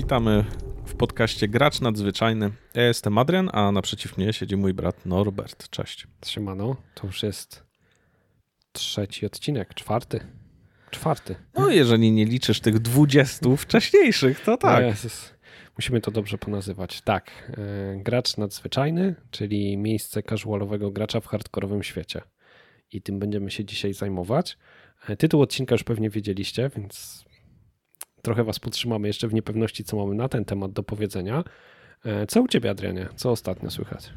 Witamy w podcaście Gracz Nadzwyczajny. Ja jestem Adrian, a naprzeciw mnie siedzi mój brat Norbert. Cześć. Siemano, to już jest 3. odcinek, 4. No jeżeli nie liczysz tych 20 wcześniejszych, to tak. Jezus. Musimy to dobrze ponazywać. Tak, Gracz Nadzwyczajny, czyli miejsce casualowego gracza w hardkorowym świecie. I tym będziemy się dzisiaj zajmować. Tytuł odcinka już pewnie wiedzieliście, więc trochę was podtrzymamy jeszcze w niepewności, co mamy na ten temat do powiedzenia. Co u ciebie, Adrianie? Co ostatnio słychać?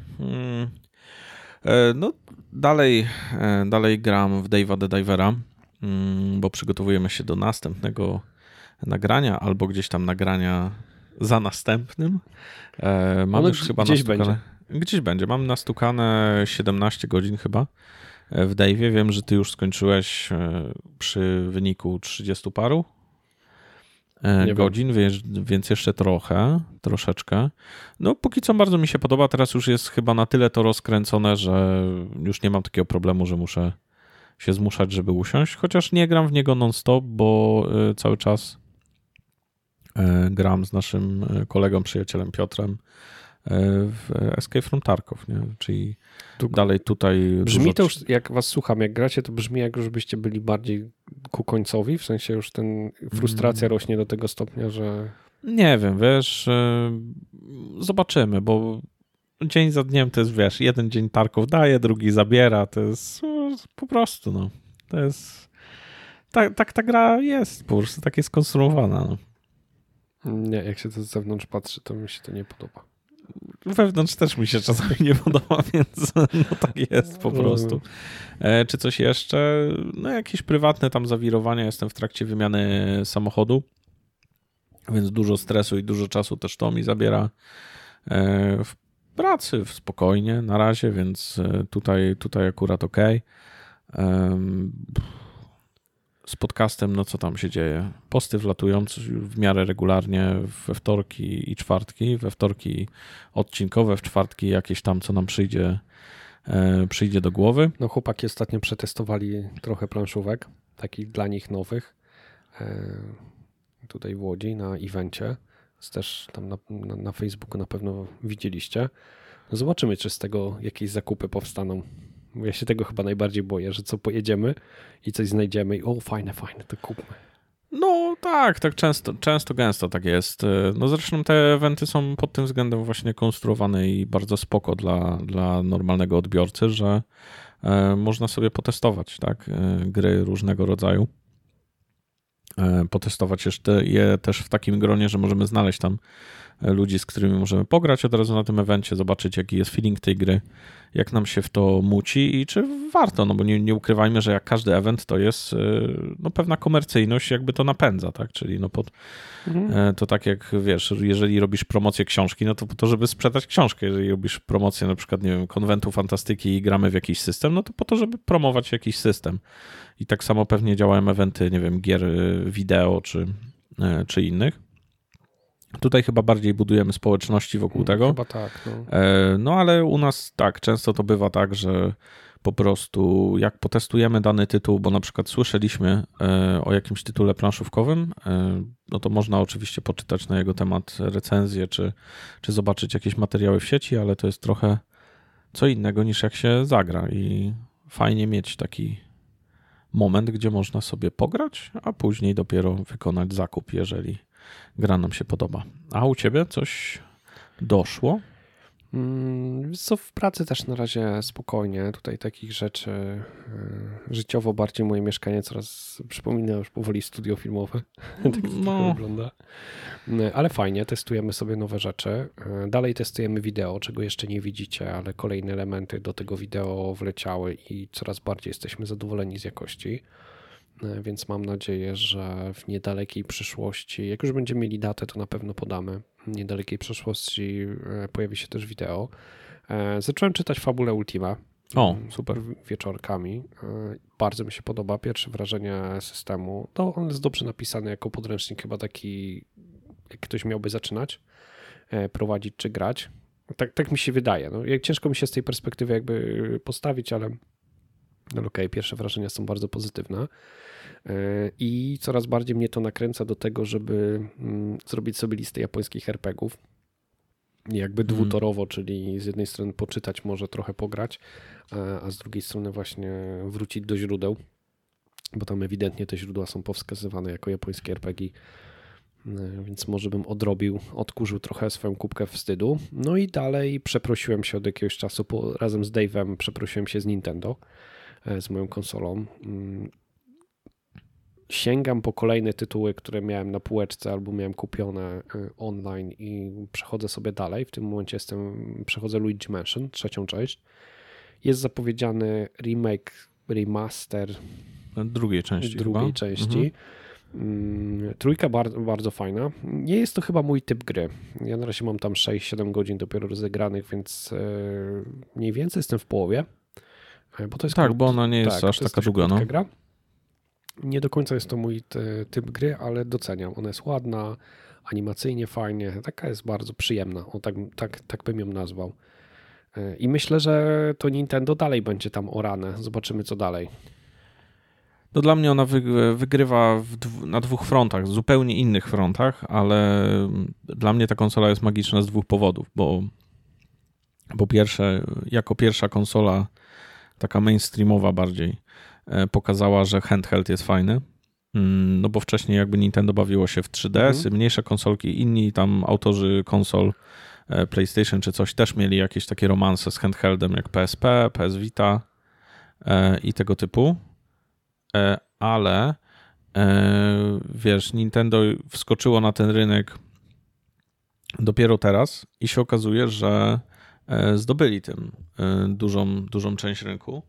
No dalej gram w Dave'a the Divera, bo przygotowujemy się do następnego nagrania, albo gdzieś tam nagrania za następnym. Mamy już chyba gdzieś będzie. Gdzieś będzie. Mam nastukane 17 godzin chyba w Dave'ie. Wiem, że ty już skończyłeś przy wyniku 30 paru godzin, więc jeszcze troszeczkę. No póki co bardzo mi się podoba. Teraz już jest chyba na tyle to rozkręcone, że już nie mam takiego problemu, że muszę się zmuszać, żeby usiąść. Chociaż nie gram w niego non-stop, bo cały czas gram z naszym kolegą, przyjacielem Piotrem w Escape from Tarkov, nie? Czyli dalej tutaj... Brzmi to już, jak was słucham, jak gracie, to brzmi jak już byście byli bardziej ku końcowi, w sensie już frustracja rośnie do tego stopnia, że... Nie wiem, wiesz, zobaczymy, bo dzień za dniem to jest, wiesz, jeden dzień Tarkov daje, drugi zabiera, to jest po prostu, no, to jest... Tak ta gra jest, po prostu tak jest skonstruowana, no. Nie, jak się to z zewnątrz patrzy, to mi się to nie podoba. Wewnątrz też mi się czasami nie podoba, więc no tak jest po prostu. Czy coś jeszcze? No jakieś prywatne tam zawirowania. Jestem w trakcie wymiany samochodu, więc dużo stresu i dużo czasu też to mi zabiera w pracy, spokojnie na razie, więc tutaj akurat okej. Z podcastem, no co tam się dzieje? Posty wlatują w miarę regularnie we wtorki i czwartki. We wtorki odcinkowe, w czwartki jakieś tam, co nam przyjdzie do głowy. No chłopaki ostatnio przetestowali trochę planszówek, takich dla nich nowych, tutaj w Łodzi na evencie. Też tam na Facebooku na pewno widzieliście. No zobaczymy, czy z tego jakieś zakupy powstaną. Ja się tego chyba najbardziej boję, że co pojedziemy i coś znajdziemy i fajne, to kupmy. No tak często, gęsto tak jest. No zresztą te eventy są pod tym względem właśnie konstruowane i bardzo spoko dla normalnego odbiorcy, że można sobie potestować, tak, gry różnego rodzaju. Potestować jeszcze je też w takim gronie, że możemy znaleźć tam ludzi, z którymi możemy pograć od razu na tym evencie, zobaczyć jaki jest feeling tej gry, jak nam się w to muci i czy warto, no bo nie ukrywajmy, że jak każdy event to jest no, pewna komercyjność jakby to napędza, tak, czyli no to tak jak wiesz, jeżeli robisz promocję książki, no to po to, żeby sprzedać książkę, jeżeli robisz promocję na przykład, nie wiem, konwentu fantastyki i gramy w jakiś system, no to po to, żeby promować jakiś system i tak samo pewnie działają eventy, nie wiem, gier wideo czy innych. Tutaj chyba bardziej budujemy społeczności wokół tego. Chyba tak. No. No ale u nas tak, często to bywa tak, że po prostu jak potestujemy dany tytuł, bo na przykład słyszeliśmy o jakimś tytule planszówkowym, no to można oczywiście poczytać na jego temat recenzję, czy zobaczyć jakieś materiały w sieci, ale to jest trochę co innego niż jak się zagra i fajnie mieć taki moment, gdzie można sobie pograć, a później dopiero wykonać zakup, jeżeli gra nam się podoba. A u ciebie coś doszło? Co w pracy też na razie spokojnie. Tutaj takich rzeczy życiowo bardziej moje mieszkanie coraz przypomina już powoli studio filmowe. Tak to wygląda. Ale fajnie, testujemy sobie nowe rzeczy. Dalej testujemy wideo, czego jeszcze nie widzicie, ale kolejne elementy do tego wideo wleciały i coraz bardziej jesteśmy zadowoleni z jakości. Więc mam nadzieję, że w niedalekiej przyszłości, jak już będziemy mieli datę, to na pewno podamy. W niedalekiej przyszłości pojawi się też wideo. Zacząłem czytać Fabulę Ultima. O, super. Wieczorkami. Bardzo mi się podoba. Pierwsze wrażenie systemu. To on jest dobrze napisany jako podręcznik, chyba taki, jak ktoś miałby zaczynać, prowadzić czy grać. Tak mi się wydaje. No, ciężko mi się z tej perspektywy jakby postawić, ale Ale okej, pierwsze wrażenia są bardzo pozytywne i coraz bardziej mnie to nakręca do tego, żeby zrobić sobie listę japońskich RPGów. Jakby dwutorowo, czyli z jednej strony poczytać, może trochę pograć, a z drugiej strony właśnie wrócić do źródeł, bo tam ewidentnie te źródła są powskazywane jako japońskie RPG, więc może bym odkurzył trochę swoją kubkę wstydu. No i dalej przeprosiłem się od jakiegoś czasu, razem z Dave'em przeprosiłem się z Nintendo, z moją konsolą. Sięgam po kolejne tytuły, które miałem na półeczce albo miałem kupione online i przechodzę sobie dalej. W tym momencie przechodzę Luigi Mansion, 3. część. Jest zapowiedziany remake, remaster drugiej części. Trójka bardzo, bardzo fajna. Nie jest to chyba mój typ gry. Ja na razie mam tam 6-7 godzin dopiero rozegranych, więc mniej więcej jestem w połowie. Bo to jest bo ona nie jest aż taka długa. No. Gra. Nie do końca jest to mój typ gry, ale doceniam. Ona jest ładna, animacyjnie fajnie, taka jest bardzo przyjemna. Tak bym ją nazwał. I myślę, że to Nintendo dalej będzie tam orane. Zobaczymy, co dalej. No dla mnie ona wygrywa na 2 frontach, zupełnie innych frontach, ale dla mnie ta konsola jest magiczna z 2 powodów, bo po pierwsze, jako pierwsza konsola taka mainstreamowa bardziej pokazała, że handheld jest fajny, no bo wcześniej jakby Nintendo bawiło się w 3DS, mniejsze konsolki, inni tam autorzy konsol PlayStation czy coś też mieli jakieś takie romanse z handheldem jak PSP, PS Vita i tego typu, ale wiesz, Nintendo wskoczyło na ten rynek dopiero teraz i się okazuje, że zdobyli tym dużą część rynku.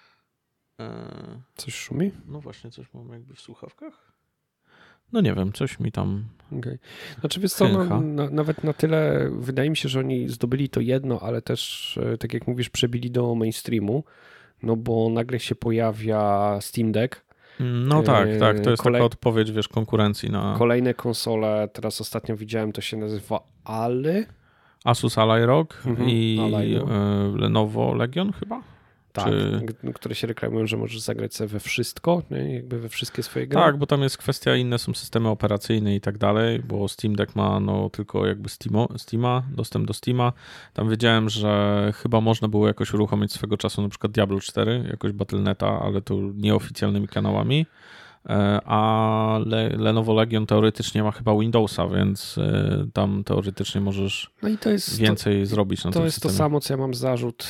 Coś szumi? No właśnie, coś mam jakby w słuchawkach. No nie wiem, coś mi tam... Okay. Znaczy wiesz co, nawet na tyle wydaje mi się, że oni zdobyli to jedno, ale też, tak jak mówisz, przebili do mainstreamu, no bo nagle się pojawia Steam Deck. No tak, to jest taka odpowiedź, wiesz, konkurencji na... Kolejne konsole, teraz ostatnio widziałem, to się nazywa Asus Ally Rock i Lenovo Legion chyba? Tak, które się reklamują, że możesz zagrać sobie we wszystko, nie? Jakby we wszystkie swoje gry. Tak, bo tam jest kwestia, inne są systemy operacyjne i tak dalej, bo Steam Deck ma tylko jakby Steama, dostęp do Steama. Tam wiedziałem, że chyba można było jakoś uruchomić swego czasu na przykład Diablo 4, jakoś Battle.neta, ale to nieoficjalnymi kanałami. A Lenovo Legion teoretycznie ma chyba Windowsa, więc tam teoretycznie możesz więcej zrobić na tym systemie. To jest to samo, co ja mam zarzut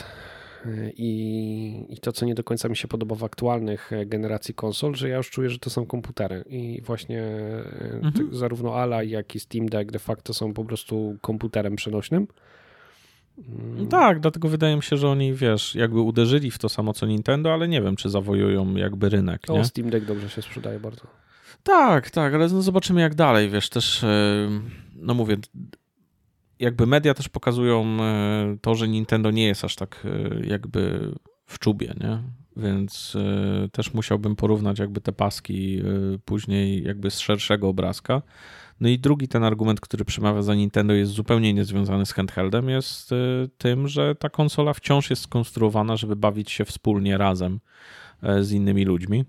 i to, co nie do końca mi się podoba w aktualnych generacji konsol, że ja już czuję, że to są komputery i właśnie zarówno Ally, jak i Steam Deck de facto są po prostu komputerem przenośnym. Tak, dlatego wydaje mi się, że oni, wiesz, jakby uderzyli w to samo co Nintendo, ale nie wiem, czy zawojują jakby rynek. Nie? Steam Deck dobrze się sprzedaje bardzo. Tak, ale zobaczymy jak dalej, wiesz, też, no mówię, jakby media też pokazują to, że Nintendo nie jest aż tak jakby w czubie, nie? Więc też musiałbym porównać jakby te paski później jakby z szerszego obrazka. No i drugi ten argument, który przemawia za Nintendo, jest zupełnie niezwiązany z handheldem, jest tym, że ta konsola wciąż jest skonstruowana, żeby bawić się wspólnie razem z innymi ludźmi.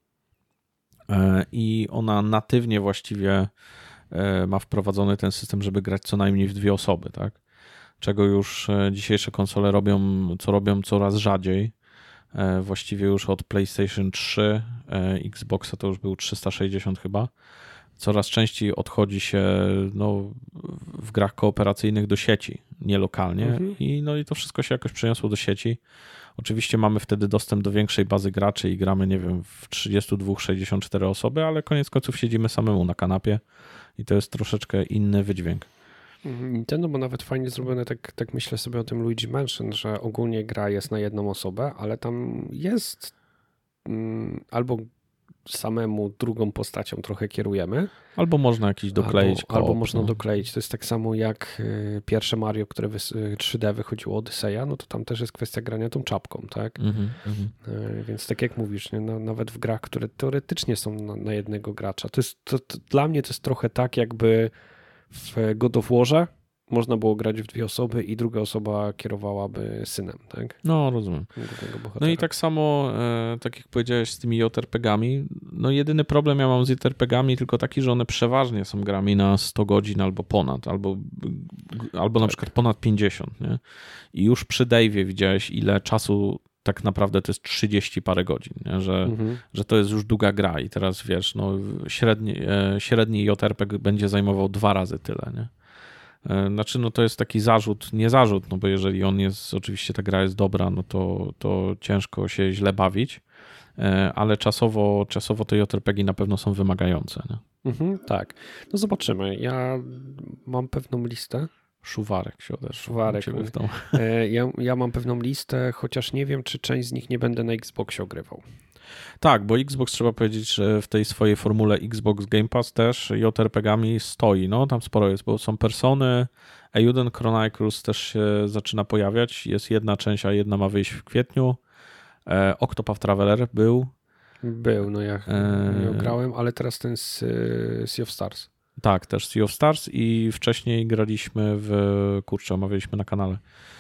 I ona natywnie właściwie ma wprowadzony ten system, żeby grać co najmniej w 2 osoby, tak? Czego już dzisiejsze konsole robią coraz rzadziej. Właściwie już od PlayStation 3, Xboxa to już był 360 chyba. Coraz częściej odchodzi się w grach kooperacyjnych do sieci, nie lokalnie. I to wszystko się jakoś przeniosło do sieci. Oczywiście mamy wtedy dostęp do większej bazy graczy i gramy, nie wiem, w 32-64 osoby, ale koniec końców siedzimy samemu na kanapie i to jest troszeczkę inny wydźwięk. Nintendo ma nawet fajnie zrobione, tak myślę sobie o tym Luigi Mansion, że ogólnie gra jest na jedną osobę, ale tam jest albo samemu drugą postacią trochę kierujemy. Albo można jakiś dokleić. Albo można dokleić. To jest tak samo jak pierwsze Mario, które 3D wychodziło, Odyseja, no to tam też jest kwestia grania tą czapką, tak? Więc tak jak mówisz, nie? No, nawet w grach, które teoretycznie są na jednego gracza. Dla mnie to jest trochę tak, jakby w God of Warze można było grać w 2 osoby i druga osoba kierowałaby synem, tak? No, rozumiem. No i tak samo, tak jak powiedziałeś z tymi JRPG-ami, no jedyny problem ja mam z JRPG-ami tylko taki, że one przeważnie są grami na 100 godzin albo ponad, albo na przykład ponad 50, nie? I już przy Dave'ie widziałeś, ile czasu tak naprawdę to jest 30 parę godzin, nie? Że to jest już długa gra i teraz wiesz, no średni JRPG będzie zajmował 2 razy tyle, nie? Znaczy, no to jest taki zarzut, nie zarzut, no bo jeżeli oczywiście ta gra jest dobra, no to ciężko się źle bawić, ale czasowo te JRPG na pewno są wymagające, nie? Tak. No zobaczymy. Ja mam pewną listę. Szuwarek się odeszł. Szuwarek. Ja mam pewną listę, chociaż nie wiem, czy część z nich nie będę na Xboxie ogrywał. Tak, bo Xbox, trzeba powiedzieć, że w tej swojej formule Xbox Game Pass też JRPG-ami stoi. No, tam sporo jest, bo są Persony, Eiyuden Chronicles też się zaczyna pojawiać. Jest jedna część, a jedna ma wyjść w kwietniu. Octopath Traveler był. No ja nie grałem, ale teraz ten Sea of Stars. Tak, też Sea of Stars i wcześniej graliśmy omawialiśmy na kanale.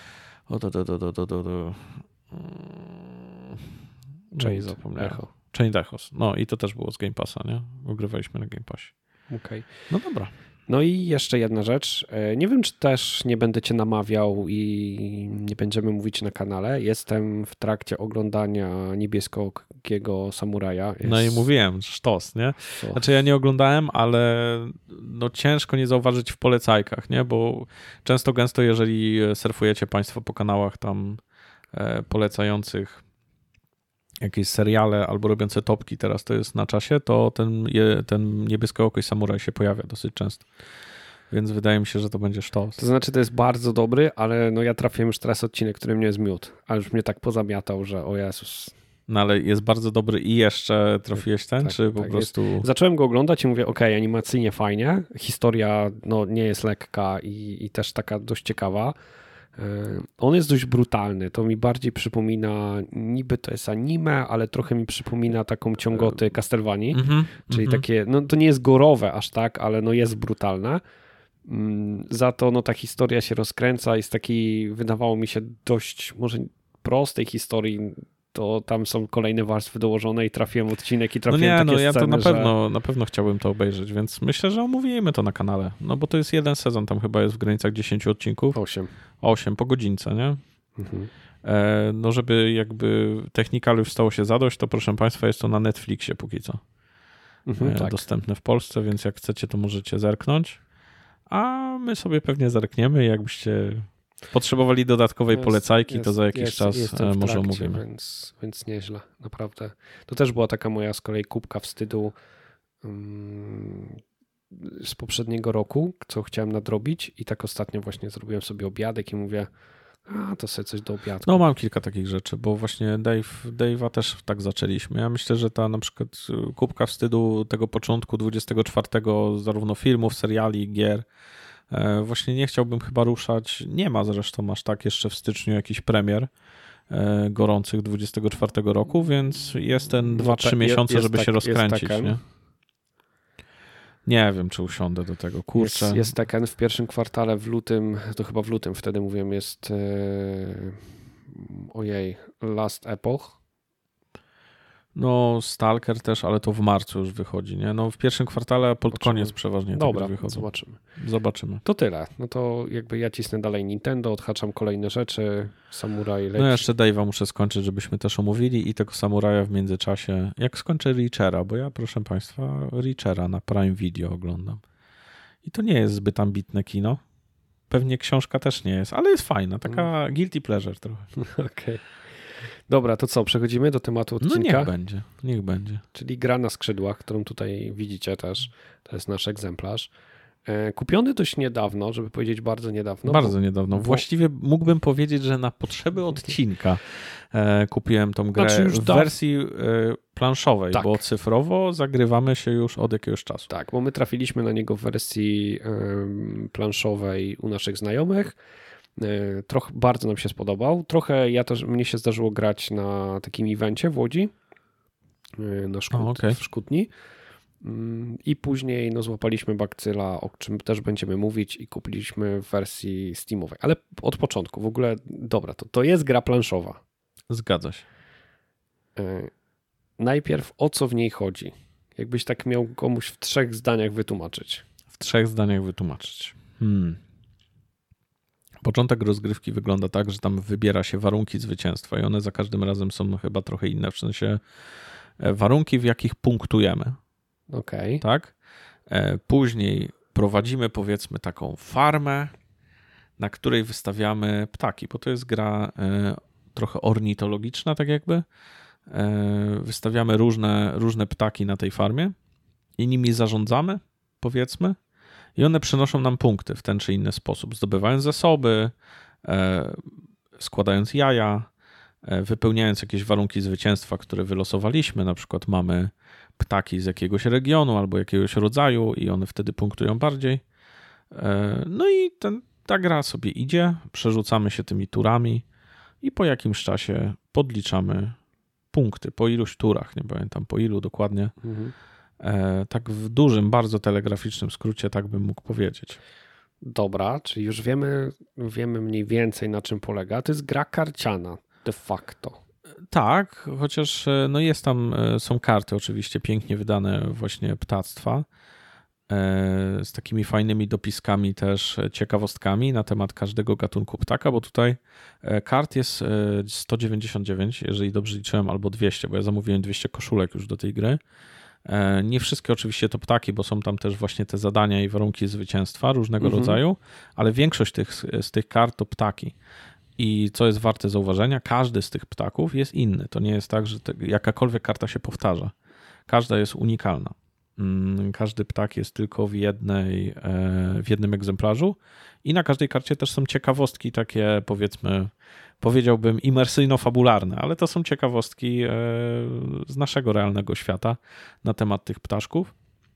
Chained Echoes. No i to też było z Game Passa, nie? Ogrywaliśmy na Game Passie. Okej. No dobra. No i jeszcze jedna rzecz. Nie wiem, czy też nie będę cię namawiał i nie będziemy mówić na kanale. Jestem w trakcie oglądania Niebieskiego Samuraja. No i mówiłem, sztos, nie? Znaczy ja nie oglądałem, ale no ciężko nie zauważyć w polecajkach, nie? Bo gęsto, jeżeli surfujecie państwo po kanałach tam polecających jakieś seriale albo robiące topki, teraz to jest na czasie, to ten Niebieskookий Samuraj się pojawia dosyć często. Więc wydaje mi się, że to będzie sztos. To znaczy, to jest bardzo dobry, ale no ja trafiłem już teraz odcinek, który mnie zmiótł, ale już mnie tak pozamiatał, że o Jezus. No ale jest bardzo dobry i jeszcze trafiłeś ten, tak, czy po prostu... Zacząłem go oglądać i mówię, okej, animacyjnie fajnie, historia no, nie jest lekka i też taka dość ciekawa. On jest dość brutalny, to mi bardziej przypomina, niby to jest anime, ale trochę mi przypomina taką ciągotę Castlevanii, czyli takie, no to nie jest gorowe aż tak, ale no jest brutalne. Za to no ta historia się rozkręca i z takiej, wydawało mi się, dość może prostej historii, to tam są kolejne warstwy dołożone i trafiłem odcinek i trafiłem takie sceny, ja to na pewno chciałbym to obejrzeć, więc myślę, że omówimy to na kanale, no bo to jest jeden sezon, tam chyba jest w granicach 10 odcinków. 8 po godzince, nie? No żeby jakby technikaliów stało się zadość, to proszę Państwa jest to na Netflixie póki co. Tak. Dostępne w Polsce, więc jak chcecie, to możecie zerknąć, a my sobie pewnie zerkniemy, jakbyście potrzebowali dodatkowej polecajki, to za jakiś czas może omówimy. Więc nieźle, naprawdę. To też była taka moja z kolei kubka wstydu z poprzedniego roku, co chciałem nadrobić i tak ostatnio właśnie zrobiłem sobie obiadek i mówię, to sobie coś do obiadku. No mam kilka takich rzeczy, bo właśnie Dave'a też tak zaczęliśmy. Ja myślę, że ta na przykład kubka wstydu tego początku 24 zarówno filmów, seriali, gier, właśnie nie chciałbym chyba ruszać. Nie ma zresztą aż tak jeszcze w styczniu jakichś premier gorących 24 roku, więc jest ten 2-3 miesiące, żeby się rozkręcić. Nie wiem, czy usiądę do tego. Kurczę. Jest Tekken w pierwszym kwartale w lutym, to chyba w lutym wtedy mówiłem, jest Last Epoch. No Stalker też, ale to w marcu już wychodzi, nie? No w pierwszym kwartale, a pod koniec przeważnie Dobra, wychodzą. Zobaczymy. To tyle. No to jakby ja cisnę dalej Nintendo, odhaczam kolejne rzeczy, Samuraj leci. No jeszcze Dave'a muszę skończyć, żebyśmy też omówili i tego Samuraja w międzyczasie. Jak skończę Reachera, bo ja proszę Państwa Reachera na Prime Video oglądam. I to nie jest zbyt ambitne kino. Pewnie książka też nie jest, ale jest fajna, taka guilty pleasure trochę. Okej. Dobra, to co? Przechodzimy do tematu odcinka? No niech będzie. Czyli gra na skrzydłach, którą tutaj widzicie też. To jest nasz egzemplarz. Kupiony dość niedawno, żeby powiedzieć bardzo niedawno. Bardzo niedawno. Właściwie mógłbym powiedzieć, że na potrzeby odcinka kupiłem tą grę w wersji planszowej, tak. Bo cyfrowo zagrywamy się już od jakiegoś czasu. Tak, bo my trafiliśmy na niego w wersji planszowej u naszych znajomych. Trochę bardzo nam się spodobał. Trochę mnie się zdarzyło grać na takim evencie w Łodzi w Szkutni I później złapaliśmy bakcyla, o czym też będziemy mówić i kupiliśmy w wersji Steamowej. Ale od początku, w ogóle, dobra, to jest gra planszowa. Zgadza się. Najpierw o co w niej chodzi? Jakbyś tak miał komuś w 3 zdaniach wytłumaczyć. W 3 zdaniach wytłumaczyć. Początek rozgrywki wygląda tak, że tam wybiera się warunki zwycięstwa i one za każdym razem są chyba trochę inne, w sensie warunki, w jakich punktujemy. Okej. Tak? Później prowadzimy, powiedzmy, taką farmę, na której wystawiamy ptaki, bo to jest gra trochę ornitologiczna, tak jakby. Wystawiamy różne ptaki na tej farmie i nimi zarządzamy, powiedzmy, i one przynoszą nam punkty w ten czy inny sposób, zdobywając zasoby, składając jaja, wypełniając jakieś warunki zwycięstwa, które wylosowaliśmy. Na przykład mamy ptaki z jakiegoś regionu albo jakiegoś rodzaju i one wtedy punktują bardziej. No i ta gra sobie idzie, przerzucamy się tymi turami i po jakimś czasie podliczamy punkty, po iluś turach, nie pamiętam po ilu dokładnie. Tak w dużym, bardzo telegraficznym skrócie, tak bym mógł powiedzieć. Dobra, czyli już wiemy mniej więcej, na czym polega. To jest gra karciana de facto. Tak, chociaż jest tam, są karty oczywiście pięknie wydane właśnie ptactwa z takimi fajnymi dopiskami też, ciekawostkami na temat każdego gatunku ptaka, bo tutaj kart jest 199, jeżeli dobrze liczyłem, albo 200, bo ja zamówiłem 200 koszulek już do tej gry. Nie wszystkie oczywiście to ptaki, bo są tam też właśnie te zadania i warunki zwycięstwa różnego rodzaju, ale większość z tych kart to ptaki. I co jest warte zauważenia, każdy z tych ptaków jest inny. To nie jest tak, że jakakolwiek karta się powtarza. Każda jest unikalna. Każdy ptak jest tylko w jednym egzemplarzu i na każdej karcie też są ciekawostki takie, powiedzmy, powiedziałbym imersyjno-fabularne, ale to są ciekawostki z naszego realnego świata na temat tych ptaszków.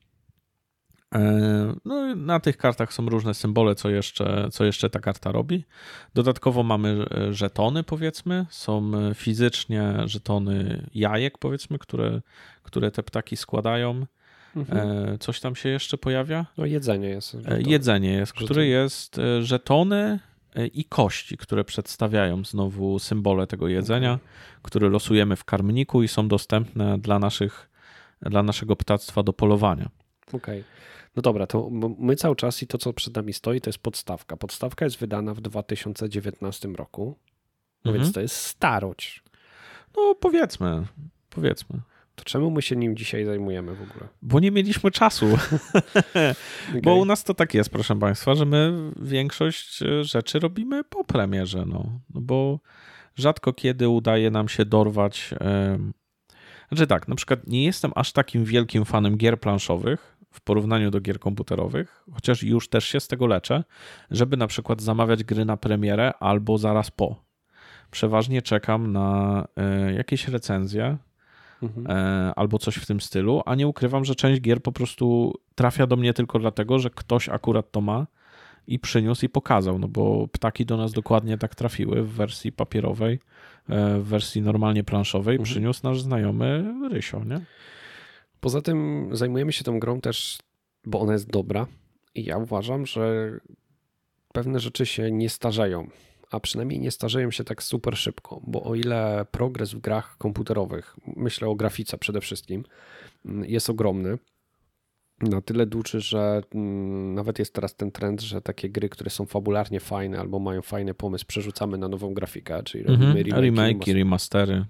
No, na tych kartach są różne symbole, co jeszcze ta karta robi. Dodatkowo mamy żetony, powiedzmy. Są fizycznie żetony jajek, powiedzmy, które te ptaki składają. Coś tam się jeszcze pojawia? No jedzenie jest. Jedzenie jest, które jest żetony i kości, które przedstawiają znowu symbole tego jedzenia, które losujemy w karmniku i są dostępne dla naszego ptactwa do polowania. Okej. No dobra, to my cały czas i to, co przed nami stoi, to jest podstawka. Podstawka jest wydana w 2019 roku, no więc to jest starość. No powiedzmy. To czemu my się nim dzisiaj zajmujemy w ogóle? Bo nie mieliśmy czasu. Bo u nas to tak jest, proszę Państwa, że my większość rzeczy robimy po premierze. No bo rzadko kiedy udaje nam się dorwać... Znaczy tak, na przykład nie jestem aż takim wielkim fanem gier planszowych w porównaniu do gier komputerowych, chociaż już też się z tego leczę, żeby na przykład zamawiać gry na premierę albo zaraz po. Przeważnie czekam na jakieś recenzje albo coś w tym stylu, a nie ukrywam, że część gier po prostu trafia do mnie tylko dlatego, że ktoś akurat to ma i przyniósł i pokazał, no bo ptaki do nas dokładnie tak trafiły w wersji papierowej, w wersji normalnie planszowej przyniósł nasz znajomy Rysio, nie? Poza tym zajmujemy się tą grą też, bo ona jest dobra i ja uważam, że pewne rzeczy się nie starzeją, a przynajmniej nie starzeją się tak super szybko, bo o ile progres w grach komputerowych, myślę o grafice przede wszystkim, jest ogromny, na tyle duży, że nawet jest teraz ten trend, że takie gry, które są fabularnie fajne albo mają fajny pomysł, przerzucamy na nową grafikę, czyli robimy remake'i, remastery.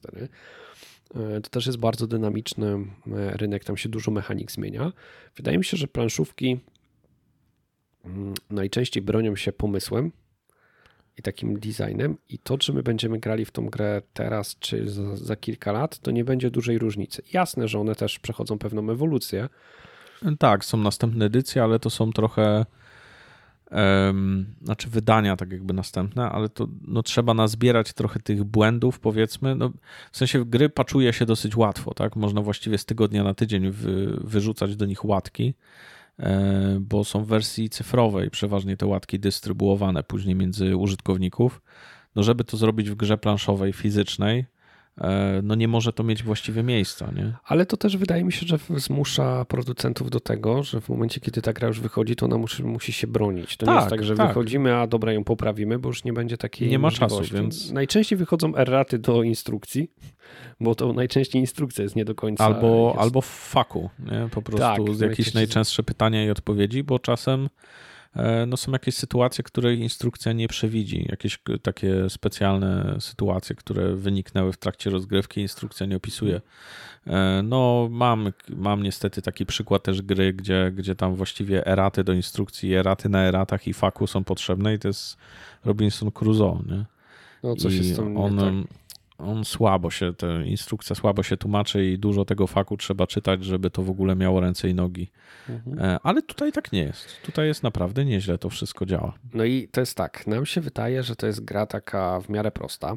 To też jest bardzo dynamiczny rynek, tam się dużo mechanik zmienia. Wydaje mi się, że planszówki najczęściej bronią się pomysłem i takim designem i to, czy my będziemy grali w tą grę teraz, czy za kilka lat, to nie będzie dużej różnicy. Jasne, że one też przechodzą pewną ewolucję. Tak, są następne edycje, ale to są trochę znaczy wydania tak jakby następne, ale to trzeba nazbierać trochę tych błędów, powiedzmy. W sensie gry patchuje się dosyć łatwo, tak? Można właściwie z tygodnia na tydzień wyrzucać do nich łatki, bo są w wersji cyfrowej przeważnie te łatki dystrybuowane później między użytkowników. Żeby to zrobić w grze planszowej, fizycznej, no nie może to mieć właściwie miejsca, nie? Ale to też wydaje mi się, że zmusza producentów do tego, że w momencie, kiedy ta gra już wychodzi, to ona musi się bronić. To nie jest tak, że wychodzimy, a dobra, ją poprawimy, bo już nie będzie takiej nie ma czasu, możliwości. więc... Najczęściej wychodzą erraty do instrukcji, bo to najczęściej instrukcja jest nie do końca... Albo w faku, nie? Po prostu jakieś najczęstsze pytania i odpowiedzi, bo czasem no są jakieś sytuacje, których instrukcja nie przewidzi. Jakieś takie specjalne sytuacje, które wyniknęły w trakcie rozgrywki, instrukcja nie opisuje. No mam niestety taki przykład też gry, gdzie tam właściwie eraty do instrukcji, eraty na eratach i faku są potrzebne i to jest Robinson Crusoe, nie? No coś jest tam ta instrukcja słabo się tłumaczy i dużo tego faku trzeba czytać, żeby to w ogóle miało ręce i nogi. Ale tutaj tak nie jest. Tutaj jest naprawdę nieźle, to wszystko działa. No i to jest tak, nam się wydaje, że to jest gra taka w miarę prosta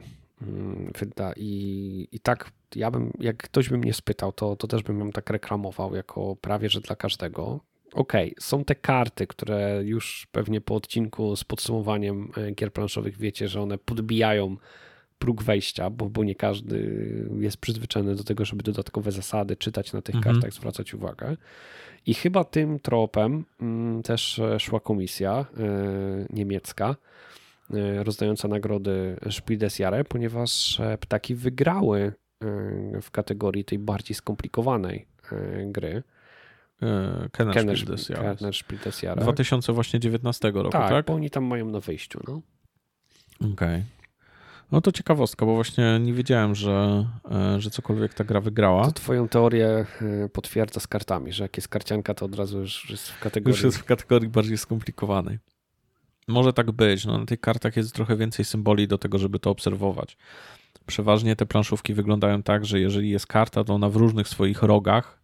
i tak jak ktoś by mnie spytał, to też bym ją tak reklamował jako prawie, że dla każdego. Okej, są te karty, które już pewnie po odcinku z podsumowaniem gier planszowych wiecie, że one podbijają próg wejścia, bo nie każdy jest przyzwyczajony do tego, żeby dodatkowe zasady czytać na tych kartach, zwracać uwagę. I chyba tym tropem też szła komisja niemiecka rozdająca nagrody Spiel des Jahres, ponieważ ptaki wygrały w kategorii tej bardziej skomplikowanej gry. Kenner Spiel des Jahres. 2019 roku, tak? Bo oni tam mają na wyjściu. No. Okej. No to ciekawostka, bo właśnie nie wiedziałem, że cokolwiek ta gra wygrała. To twoją teorię potwierdza z kartami, że jak jest karcianka, to od razu już jest w kategorii... Już jest w kategorii bardziej skomplikowanej. Może tak być. No, na tych kartach jest trochę więcej symboli do tego, żeby to obserwować. Przeważnie te planszówki wyglądają tak, że jeżeli jest karta, to ona w różnych swoich rogach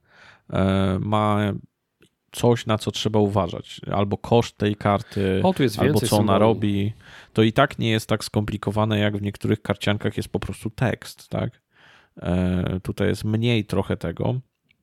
ma coś, na co trzeba uważać. Albo koszt tej karty, albo co ona robi. To i tak nie jest tak skomplikowane, jak w niektórych karciankach jest po prostu tekst, tak? Tutaj jest mniej trochę tego.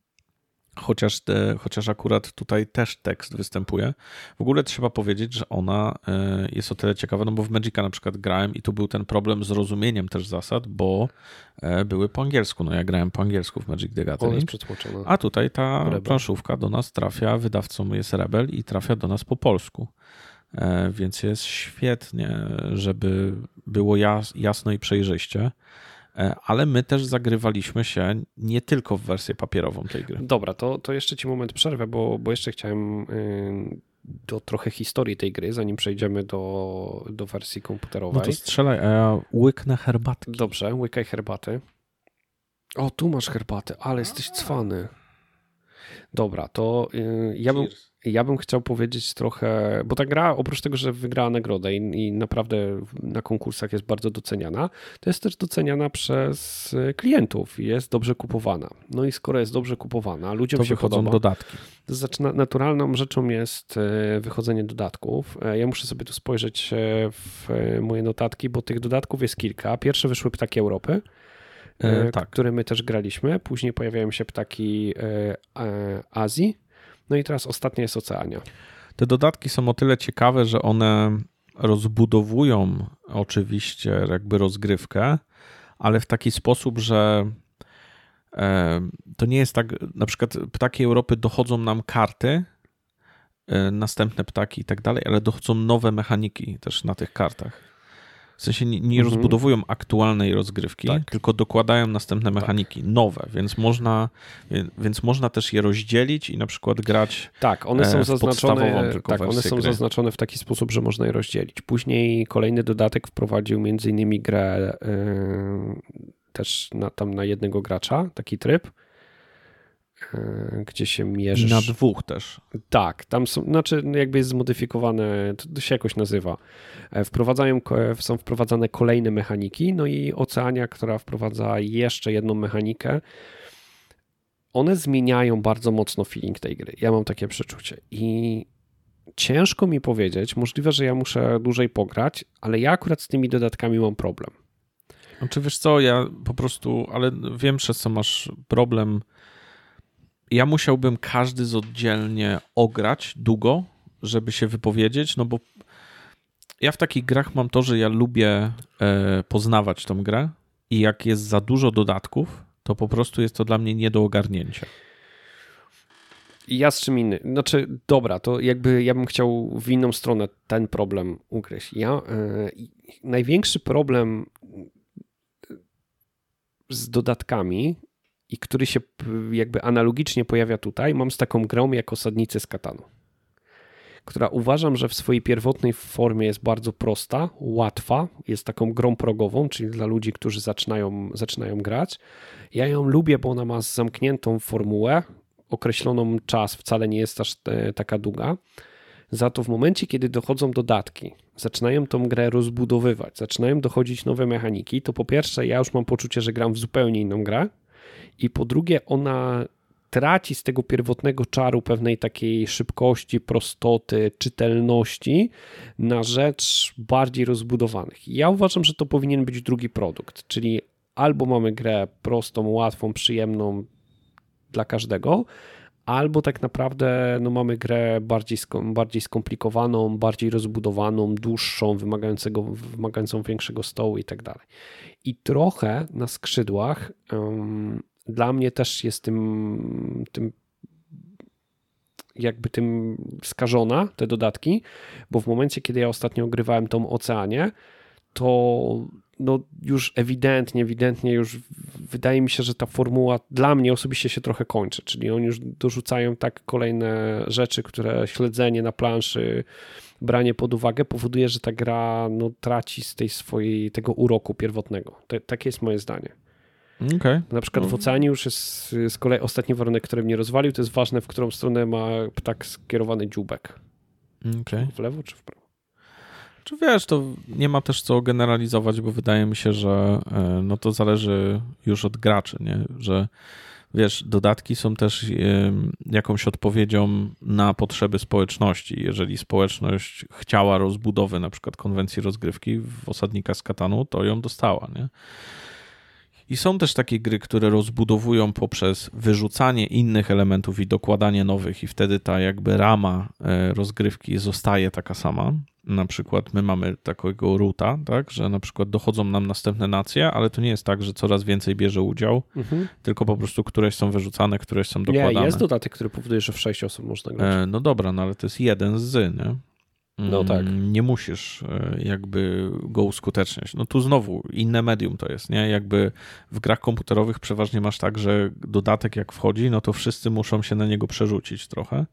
Chociaż akurat tutaj też tekst występuje. W ogóle trzeba powiedzieć, że ona jest o tyle ciekawa, no bo w Magica na przykład grałem i tu był ten problem z rozumieniem też zasad, bo były po angielsku. No ja grałem po angielsku w Magic the Gathering. A tutaj ta planszówka do nas trafia, wydawcą jest Rebel i trafia do nas po polsku. Więc jest świetnie, żeby było jasno i przejrzyście. Ale my też zagrywaliśmy się nie tylko w wersję papierową tej gry. Dobra, to jeszcze ci moment przerwę, bo jeszcze chciałem do trochę historii tej gry, zanim przejdziemy do wersji komputerowej. No to strzelaj, a ja łyknę herbatki. Dobrze, łykaj herbaty. O, tu masz herbatę, ale jesteś cwany. Dobra, to ja bym chciał powiedzieć trochę, bo ta gra oprócz tego, że wygrała nagrodę i naprawdę na konkursach jest bardzo doceniana, to jest też doceniana przez klientów i jest dobrze kupowana. No i skoro jest dobrze kupowana, ludziom się podoba. Dodatki. To znaczy naturalną rzeczą jest wychodzenie dodatków. Ja muszę sobie tu spojrzeć w moje notatki, bo tych dodatków jest kilka. Pierwsze wyszły Ptaki Europy, które my też graliśmy. Później pojawiają się Ptaki Azji. No i teraz ostatnia jest Oceania. Te dodatki są o tyle ciekawe, że one rozbudowują oczywiście jakby rozgrywkę, ale w taki sposób, że to nie jest tak, na przykład Ptaki Europy dochodzą nam karty, następne ptaki i tak dalej, ale dochodzą nowe mechaniki też na tych kartach. W sensie nie rozbudowują aktualnej rozgrywki, tylko dokładają następne mechaniki, nowe, więc można też je rozdzielić i na przykład grać one są zaznaczone, one są zaznaczone w taki sposób, że można je rozdzielić. Później kolejny dodatek wprowadził m.in. grę też tam na jednego gracza, taki tryb, gdzie się mierzysz. Na dwóch też. Tak, tam są, znaczy jakby jest zmodyfikowane, to się jakoś nazywa. Są wprowadzane kolejne mechaniki, no i Oceania, która wprowadza jeszcze jedną mechanikę. One zmieniają bardzo mocno feeling tej gry. Ja mam takie przeczucie i ciężko mi powiedzieć, możliwe, że ja muszę dłużej pograć, ale ja akurat z tymi dodatkami mam problem. Znaczy wiesz co, ja po prostu, ale wiem, przez co masz problem. Ja musiałbym każdy z oddzielnie ograć długo, żeby się wypowiedzieć, no bo ja w takich grach mam to, że ja lubię poznawać tą grę i jak jest za dużo dodatków, to po prostu jest to dla mnie nie do ogarnięcia. Ja z czym innym. Znaczy, dobra, to jakby ja bym chciał w inną stronę ten problem ugryźć. Największy problem z dodatkami i który się jakby analogicznie pojawia tutaj, mam z taką grą jak Osadnicy z Katanu, która uważam, że w swojej pierwotnej formie jest bardzo prosta, łatwa, jest taką grą progową, czyli dla ludzi, którzy zaczynają grać. Ja ją lubię, bo ona ma zamkniętą formułę, określoną czas, wcale nie jest aż taka długa. Za to w momencie, kiedy dochodzą dodatki, zaczynają tą grę rozbudowywać, zaczynają dochodzić nowe mechaniki, to po pierwsze ja już mam poczucie, że gram w zupełnie inną grę i po drugie ona traci z tego pierwotnego czaru pewnej takiej szybkości, prostoty, czytelności na rzecz bardziej rozbudowanych. Ja uważam, że to powinien być drugi produkt, czyli albo mamy grę prostą, łatwą, przyjemną dla każdego, albo tak naprawdę mamy grę bardziej skomplikowaną, bardziej rozbudowaną, dłuższą, wymagającą większego stołu i tak dalej. I trochę na skrzydłach dla mnie też jest tym skażona, te dodatki, bo w momencie, kiedy ja ostatnio ogrywałem tą Oceanię, to już ewidentnie już wydaje mi się, że ta formuła dla mnie osobiście się trochę kończy, czyli oni już dorzucają tak kolejne rzeczy, które śledzenie na planszy, branie pod uwagę powoduje, że ta gra traci z tego uroku pierwotnego. Takie jest moje zdanie. Okay. Na przykład w Oceanie już jest z kolei ostatni warunek, który mnie rozwalił, to jest ważne, w którą stronę ma ptak skierowany dzióbek. Okay. W lewo czy w prawo? Czy wiesz, to nie ma też co generalizować, bo wydaje mi się, że to zależy już od graczy, nie? Że wiesz, dodatki są też jakąś odpowiedzią na potrzeby społeczności. Jeżeli społeczność chciała rozbudowy na przykład konwencji rozgrywki w Osadnika z Katanu, to ją dostała, nie? I są też takie gry, które rozbudowują poprzez wyrzucanie innych elementów i dokładanie nowych i wtedy ta jakby rama rozgrywki zostaje taka sama. Na przykład my mamy takiego roota, tak, że na przykład dochodzą nam następne nacje, ale to nie jest tak, że coraz więcej bierze udział, tylko po prostu któreś są wyrzucane, któreś są dokładane. Nie, jest dodatek, który powoduje, że w 6 osób można grać. No dobra, ale to jest jeden z, nie? No tak. Nie musisz jakby go uskuteczniać. Tu znowu inne medium to jest, nie? Jakby w grach komputerowych przeważnie masz tak, że dodatek jak wchodzi, to wszyscy muszą się na niego przerzucić trochę.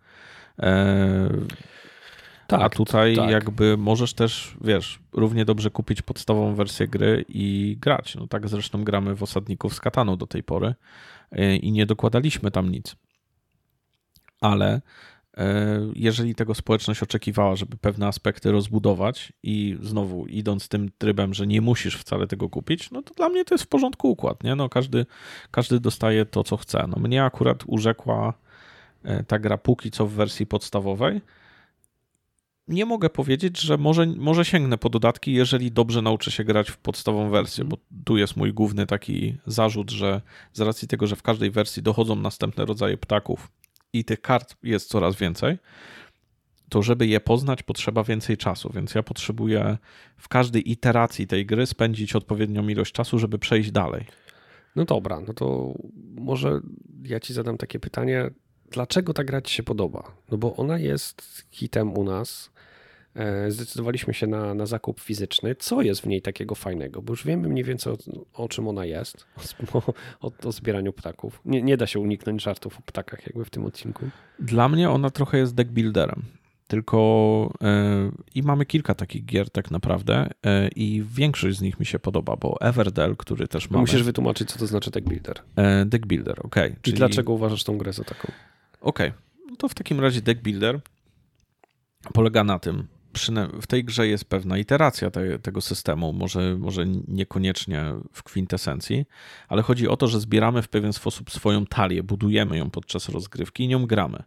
A tutaj jakby możesz też, wiesz, równie dobrze kupić podstawową wersję gry i grać. Tak zresztą gramy w Osadników z Katanu do tej pory i nie dokładaliśmy tam nic. Ale jeżeli tego społeczność oczekiwała, żeby pewne aspekty rozbudować i znowu idąc tym trybem, że nie musisz wcale tego kupić, to dla mnie to jest w porządku układ, nie? Każdy dostaje to, co chce. Mnie akurat urzekła ta gra póki co w wersji podstawowej. Nie mogę powiedzieć, że może sięgnę po dodatki, jeżeli dobrze nauczę się grać w podstawową wersję, bo tu jest mój główny taki zarzut, że z racji tego, że w każdej wersji dochodzą następne rodzaje ptaków i tych kart jest coraz więcej, to żeby je poznać potrzeba więcej czasu, więc ja potrzebuję w każdej iteracji tej gry spędzić odpowiednią ilość czasu, żeby przejść dalej. No dobra, to może ja ci zadam takie pytanie, dlaczego ta gra ci się podoba? Bo ona jest hitem u nas, zdecydowaliśmy się na zakup fizyczny. Co jest w niej takiego fajnego? Bo już wiemy mniej więcej o czym ona jest, o zbieraniu ptaków. Nie da się uniknąć żartów o ptakach jakby w tym odcinku. Dla mnie ona trochę jest deckbuilderem. Tylko i mamy kilka takich gier tak naprawdę i większość z nich mi się podoba, bo Everdell, który też mamy... Musisz wytłumaczyć, co to znaczy deckbuilder. Deckbuilder, okej. I dlaczego uważasz tą grę za taką? Okej. To w takim razie deckbuilder polega na tym, w tej grze jest pewna iteracja tego systemu, może niekoniecznie w kwintesencji, ale chodzi o to, że zbieramy w pewien sposób swoją talię, budujemy ją podczas rozgrywki i nią gramy.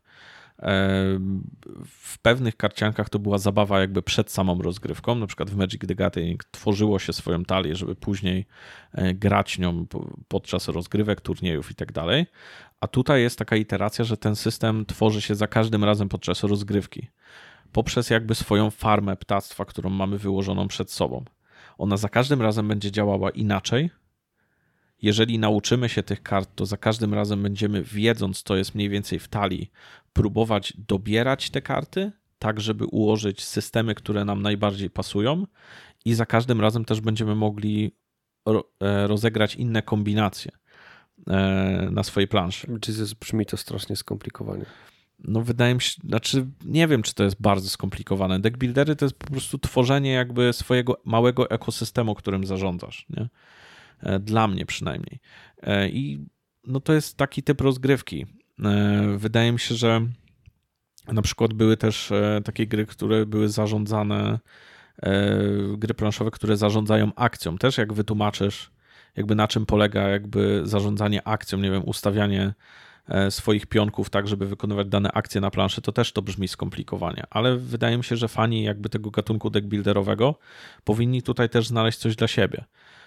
W pewnych karciankach to była zabawa jakby przed samą rozgrywką, na przykład w Magic the Gathering tworzyło się swoją talię, żeby później grać nią podczas rozgrywek, turniejów i tak dalej, a tutaj jest taka iteracja, że ten system tworzy się za każdym razem podczas rozgrywki, poprzez jakby swoją farmę ptactwa, którą mamy wyłożoną przed sobą. Ona za każdym razem będzie działała inaczej, jeżeli nauczymy się tych kart, to za każdym razem będziemy, wiedząc, co jest mniej więcej w talii, próbować dobierać te karty, tak żeby ułożyć systemy, które nam najbardziej pasują i za każdym razem też będziemy mogli rozegrać inne kombinacje na swojej planszy. Brzmi to strasznie skomplikowanie. No wydaje mi się, znaczy nie wiem, czy to jest bardzo skomplikowane. Deckbuildery to jest po prostu tworzenie jakby swojego małego ekosystemu, którym zarządzasz, nie? Dla mnie przynajmniej. I no to jest taki typ rozgrywki. Wydaje mi się, że na przykład były też takie gry, które były zarządzane, gry planszowe, które zarządzają akcją. Też jak wytłumaczysz jakby na czym polega jakby zarządzanie akcją, nie wiem, ustawianie swoich pionków tak, żeby wykonywać dane akcje na planszy, to też to brzmi skomplikowanie, ale wydaje mi się, że fani jakby tego gatunku deckbuilderowego powinni tutaj też znaleźć coś dla siebie.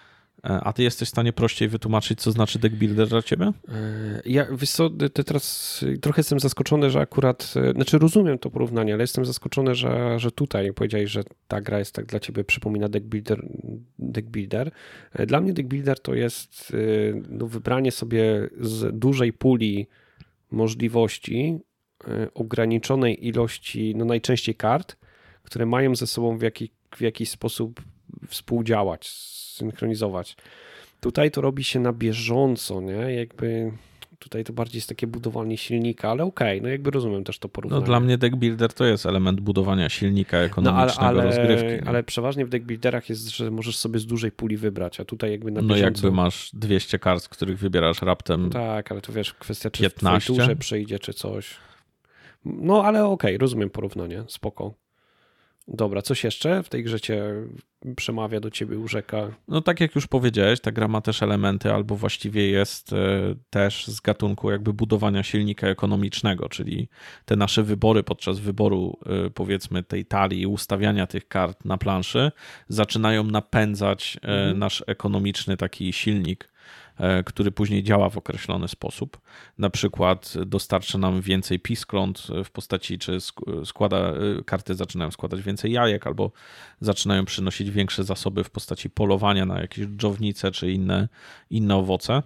A ty jesteś w stanie prościej wytłumaczyć, co znaczy deckbuilder dla ciebie? Wiesz co, teraz trochę jestem zaskoczony, że akurat, znaczy rozumiem to porównanie, ale jestem zaskoczony, że tutaj powiedziałeś, że ta gra jest tak dla ciebie, przypomina deckbuilder. Dla mnie deckbuilder to jest wybranie sobie z dużej puli możliwości, ograniczonej ilości, najczęściej kart, które mają ze sobą w jakiś sposób współdziałać, synchronizować. Tutaj to robi się na bieżąco, nie? Jakby tutaj to bardziej jest takie budowanie silnika, ale okej, jakby rozumiem też to porównanie. No dla mnie deckbuilder to jest element budowania silnika ekonomicznego rozgrywki. Ale przeważnie w deckbuilderach jest, że możesz sobie z dużej puli wybrać, a tutaj jakby na bieżąco... No jakby masz 200 kart, z których wybierasz raptem Tak, ale to wiesz, kwestia czy 15? w turze przyjdzie, czy coś. No ale okej, rozumiem porównanie, spoko. Dobra, coś jeszcze w tej grze cię przemawia do ciebie, urzeka? No tak jak już powiedziałeś, ta gra ma też elementy, albo właściwie jest też z gatunku jakby budowania silnika ekonomicznego, czyli te nasze wybory podczas wyboru powiedzmy tej talii, ustawiania tych kart na planszy zaczynają napędzać nasz ekonomiczny taki silnik, który później działa w określony sposób. Na przykład dostarcza nam więcej piskląt w postaci, czy karty zaczynają składać więcej jajek, albo zaczynają przynosić większe zasoby w postaci polowania na jakieś dżownice, czy inne owoce.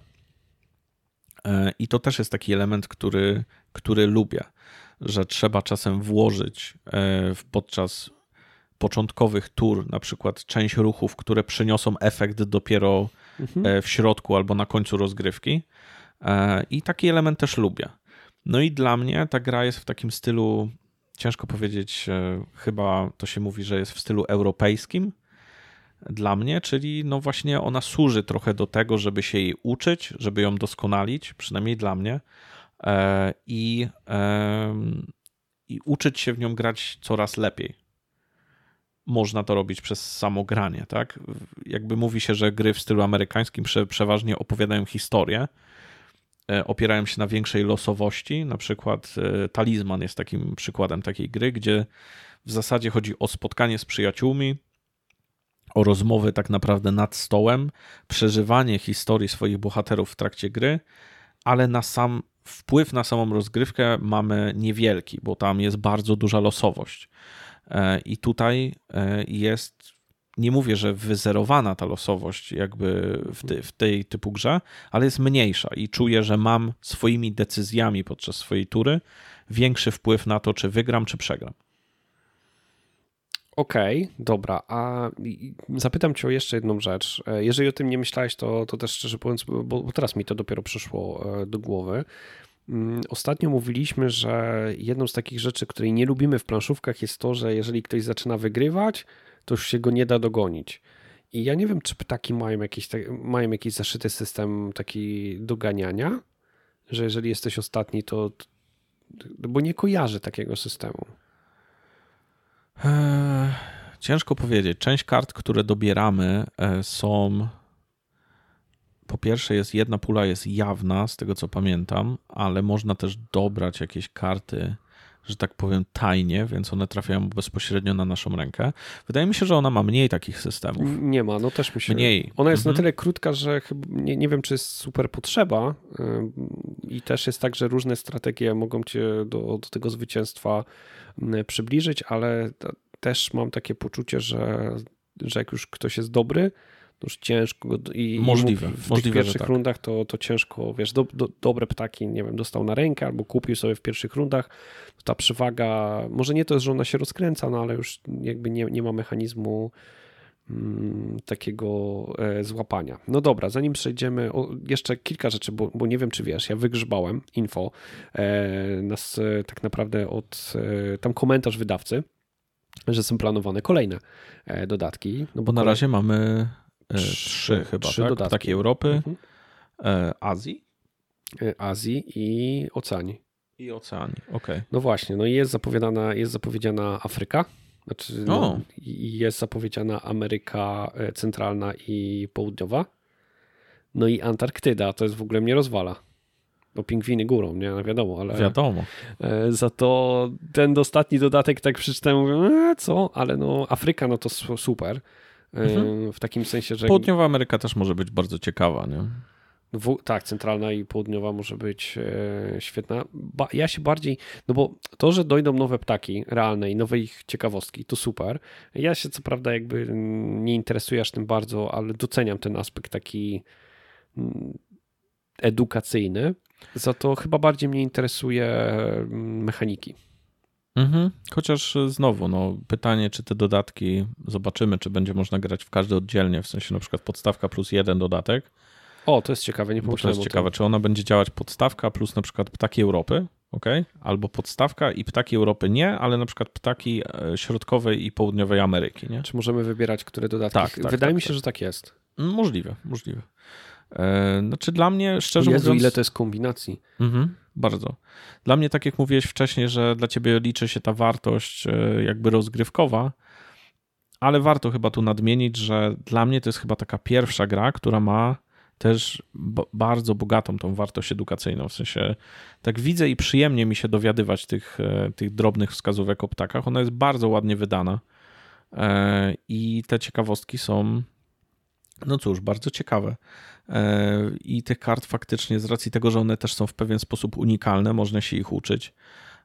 I to też jest taki element, który lubię, że trzeba czasem włożyć podczas początkowych tur, na przykład część ruchów, które przyniosą efekt dopiero w środku albo na końcu rozgrywki. I taki element też lubię. No i dla mnie ta gra jest w takim stylu, ciężko powiedzieć, chyba to się mówi, że jest w stylu europejskim dla mnie, czyli no właśnie ona służy trochę do tego, żeby się jej uczyć, żeby ją doskonalić, przynajmniej dla mnie, i uczyć się w nią grać coraz lepiej. Można to robić przez samo granie, tak? Jakby mówi się, że gry w stylu amerykańskim przeważnie opowiadają historię, opierają się na większej losowości, na przykład Talizman jest takim przykładem takiej gry, gdzie w zasadzie chodzi o spotkanie z przyjaciółmi, o rozmowy tak naprawdę nad stołem, przeżywanie historii swoich bohaterów w trakcie gry, ale wpływ na samą rozgrywkę mamy niewielki, bo tam jest bardzo duża losowość. I tutaj jest, nie mówię, że wyzerowana ta losowość jakby w tej typu grze, ale jest mniejsza i czuję, że mam swoimi decyzjami podczas swojej tury większy wpływ na to, czy wygram, czy przegram. Okej, dobra, a zapytam cię o jeszcze jedną rzecz. Jeżeli o tym nie myślałeś, to też szczerze mówiąc, bo teraz mi to dopiero przyszło do głowy. Ostatnio mówiliśmy, że jedną z takich rzeczy, której nie lubimy w planszówkach jest to, że jeżeli ktoś zaczyna wygrywać, to już się go nie da dogonić. I ja nie wiem, czy ptaki mają jakiś zaszyty system taki doganiania, że jeżeli jesteś ostatni, to bo nie kojarzę takiego systemu. Ciężko powiedzieć. Część kart, które dobieramy są... Po pierwsze jedna pula jest jawna, z tego co pamiętam, ale można też dobrać jakieś karty, że tak powiem tajnie, więc one trafiają bezpośrednio na naszą rękę. Wydaje mi się, że ona ma mniej takich systemów. Nie ma, no też mi się... Mniej. Ona jest na tyle krótka, że chyba nie wiem, czy jest super potrzeba i też jest tak, że różne strategie mogą cię do tego zwycięstwa przybliżyć, ale też mam takie poczucie, że jak już ktoś jest dobry, już ciężko i możliwe w tych pierwszych rundach to ciężko, wiesz, dobre ptaki, nie wiem, dostał na rękę albo kupił sobie w pierwszych rundach, to ta przewaga, może nie to jest, że ona się rozkręca, no ale już jakby nie ma mechanizmu takiego złapania. No dobra, zanim przejdziemy, jeszcze kilka rzeczy, bo nie wiem, czy wiesz, ja wygrzbałem info tak naprawdę tam komentarz wydawcy, że są planowane kolejne dodatki. No bo na razie mamy trzy chyba, tak? Dodatki. Ptaki Europy, Azji i Oceanii. Okej. No właśnie, no i jest zapowiedziana Afryka, znaczy jest zapowiedziana Ameryka Centralna i Południowa, no i Antarktyda, to jest w ogóle mnie rozwala. No pingwiny górą, nie? No wiadomo, ale... Wiadomo. Za to ten ostatni dodatek tak przeczytałem, mówię, co? Ale no Afryka, no to super. W takim sensie, że... Południowa Ameryka też może być bardzo ciekawa, nie? Tak, centralna i południowa może być świetna. Ja się bardziej, no bo to, że dojdą nowe ptaki realne i nowe ich ciekawostki, to super. Ja się co prawda jakby nie interesuję aż tym bardzo, ale doceniam ten aspekt taki edukacyjny. Za to chyba bardziej mnie interesuje mechaniki. Chociaż znowu, no, pytanie, czy te dodatki zobaczymy, czy będzie można grać w każdy oddzielnie, w sensie na przykład podstawka plus jeden dodatek. O, to jest ciekawe, nie pomyślałem. To jest ciekawe, czy ona będzie działać podstawka plus na przykład ptaki Europy, albo podstawka i ptaki Europy nie, ale na przykład ptaki środkowej i południowej Ameryki, nie? Czy możemy wybierać, które dodatki? Tak, wydaje mi się, że tak jest. Możliwe. Znaczy dla mnie, szczerze mówiąc... ile to jest kombinacji. Bardzo. Dla mnie, tak jak mówiłeś wcześniej, że dla ciebie liczy się ta wartość jakby rozgrywkowa, ale warto chyba tu nadmienić, że dla mnie to jest chyba taka pierwsza gra, która ma też bardzo bogatą tą wartość edukacyjną. W sensie tak widzę i przyjemnie mi się dowiadywać tych drobnych wskazówek o ptakach. Ona jest bardzo ładnie wydana i te ciekawostki są, no cóż, bardzo ciekawe. I tych kart faktycznie z racji tego, że one też są w pewien sposób unikalne, można się ich uczyć.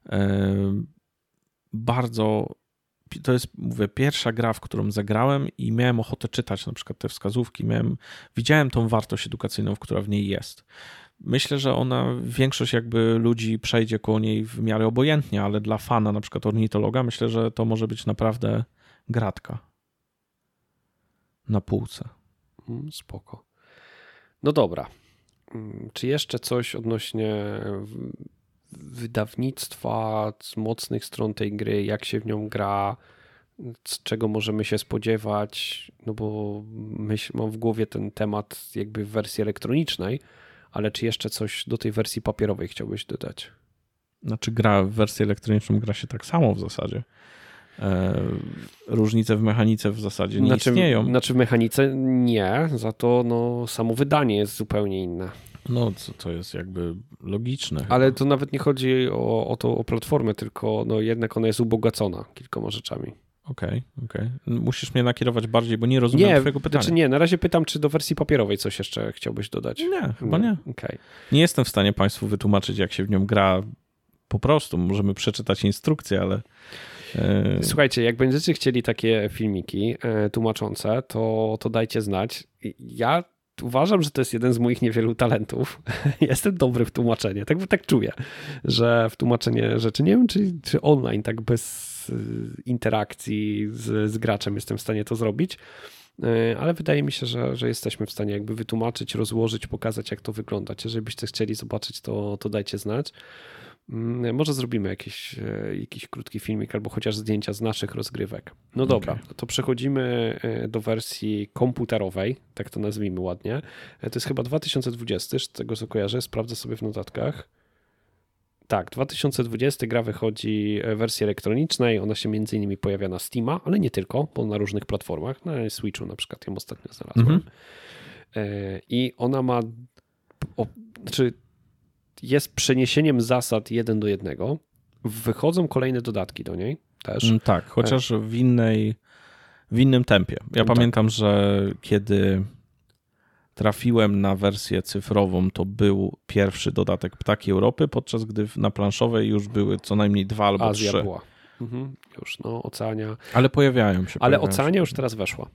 Bardzo, to jest, mówię, pierwsza gra, w którą zagrałem i miałem ochotę czytać na przykład te wskazówki, widziałem tą wartość edukacyjną, która w niej jest. Myślę, że większość jakby ludzi przejdzie koło niej w miarę obojętnie, ale dla fana, na przykład ornitologa, myślę, że to może być naprawdę gratka na półce. Spoko. No dobra. Czy jeszcze coś odnośnie wydawnictwa, z mocnych stron tej gry, jak się w nią gra, z czego możemy się spodziewać? No bo mam w głowie ten temat jakby w wersji elektronicznej, ale czy jeszcze coś do tej wersji papierowej chciałbyś dodać? Znaczy w wersji elektroniczną gra się tak samo w zasadzie. Różnice w mechanice w zasadzie nie istnieją. Znaczy w mechanice nie, za to samo wydanie jest zupełnie inne. No to jest jakby logiczne. Ale chyba. to nawet nie chodzi o platformę, tylko jednak ona jest ubogacona kilkoma rzeczami. Okej. Musisz mnie nakierować bardziej, bo nie rozumiem twojego pytania. Znaczy nie, na razie pytam, czy do wersji papierowej coś jeszcze chciałbyś dodać? Nie, chyba nie. Okay. Nie jestem w stanie Państwu wytłumaczyć, jak się w nią gra po prostu. Możemy przeczytać instrukcję, ale... Słuchajcie, jak będziecie chcieli takie filmiki tłumaczące, to dajcie znać. Ja uważam, że to jest jeden z moich niewielu talentów. Jestem dobry w tłumaczenie. Tak czuję, że w tłumaczenie rzeczy, nie wiem, czy online, tak bez interakcji z graczem jestem w stanie to zrobić, ale wydaje mi się, że jesteśmy w stanie jakby wytłumaczyć, rozłożyć, pokazać, jak to wygląda. Jeżeli byście chcieli zobaczyć, to dajcie znać. Może zrobimy jakiś krótki filmik albo chociaż zdjęcia z naszych rozgrywek. No dobra, to przechodzimy do wersji komputerowej, tak to nazwijmy ładnie. To jest chyba 2020, z tego co kojarzę, sprawdzę sobie w notatkach. Tak, 2020 gra wychodzi w wersji elektronicznej, ona się między innymi pojawia na Steama, ale nie tylko, bo na różnych platformach, na Switchu na przykład ją ostatnio znalazłem. I ona ma, jest przeniesieniem zasad 1:1. Wychodzą kolejne dodatki do niej też. Tak, chociaż w innym tempie. Ja pamiętam, że kiedy trafiłem na wersję cyfrową, to był pierwszy dodatek Ptaki Europy, podczas gdy na planszowej już były co najmniej 2 albo 3. Azja była. Już Oceania. Ale pojawiają się. Ale Oceania już teraz weszła.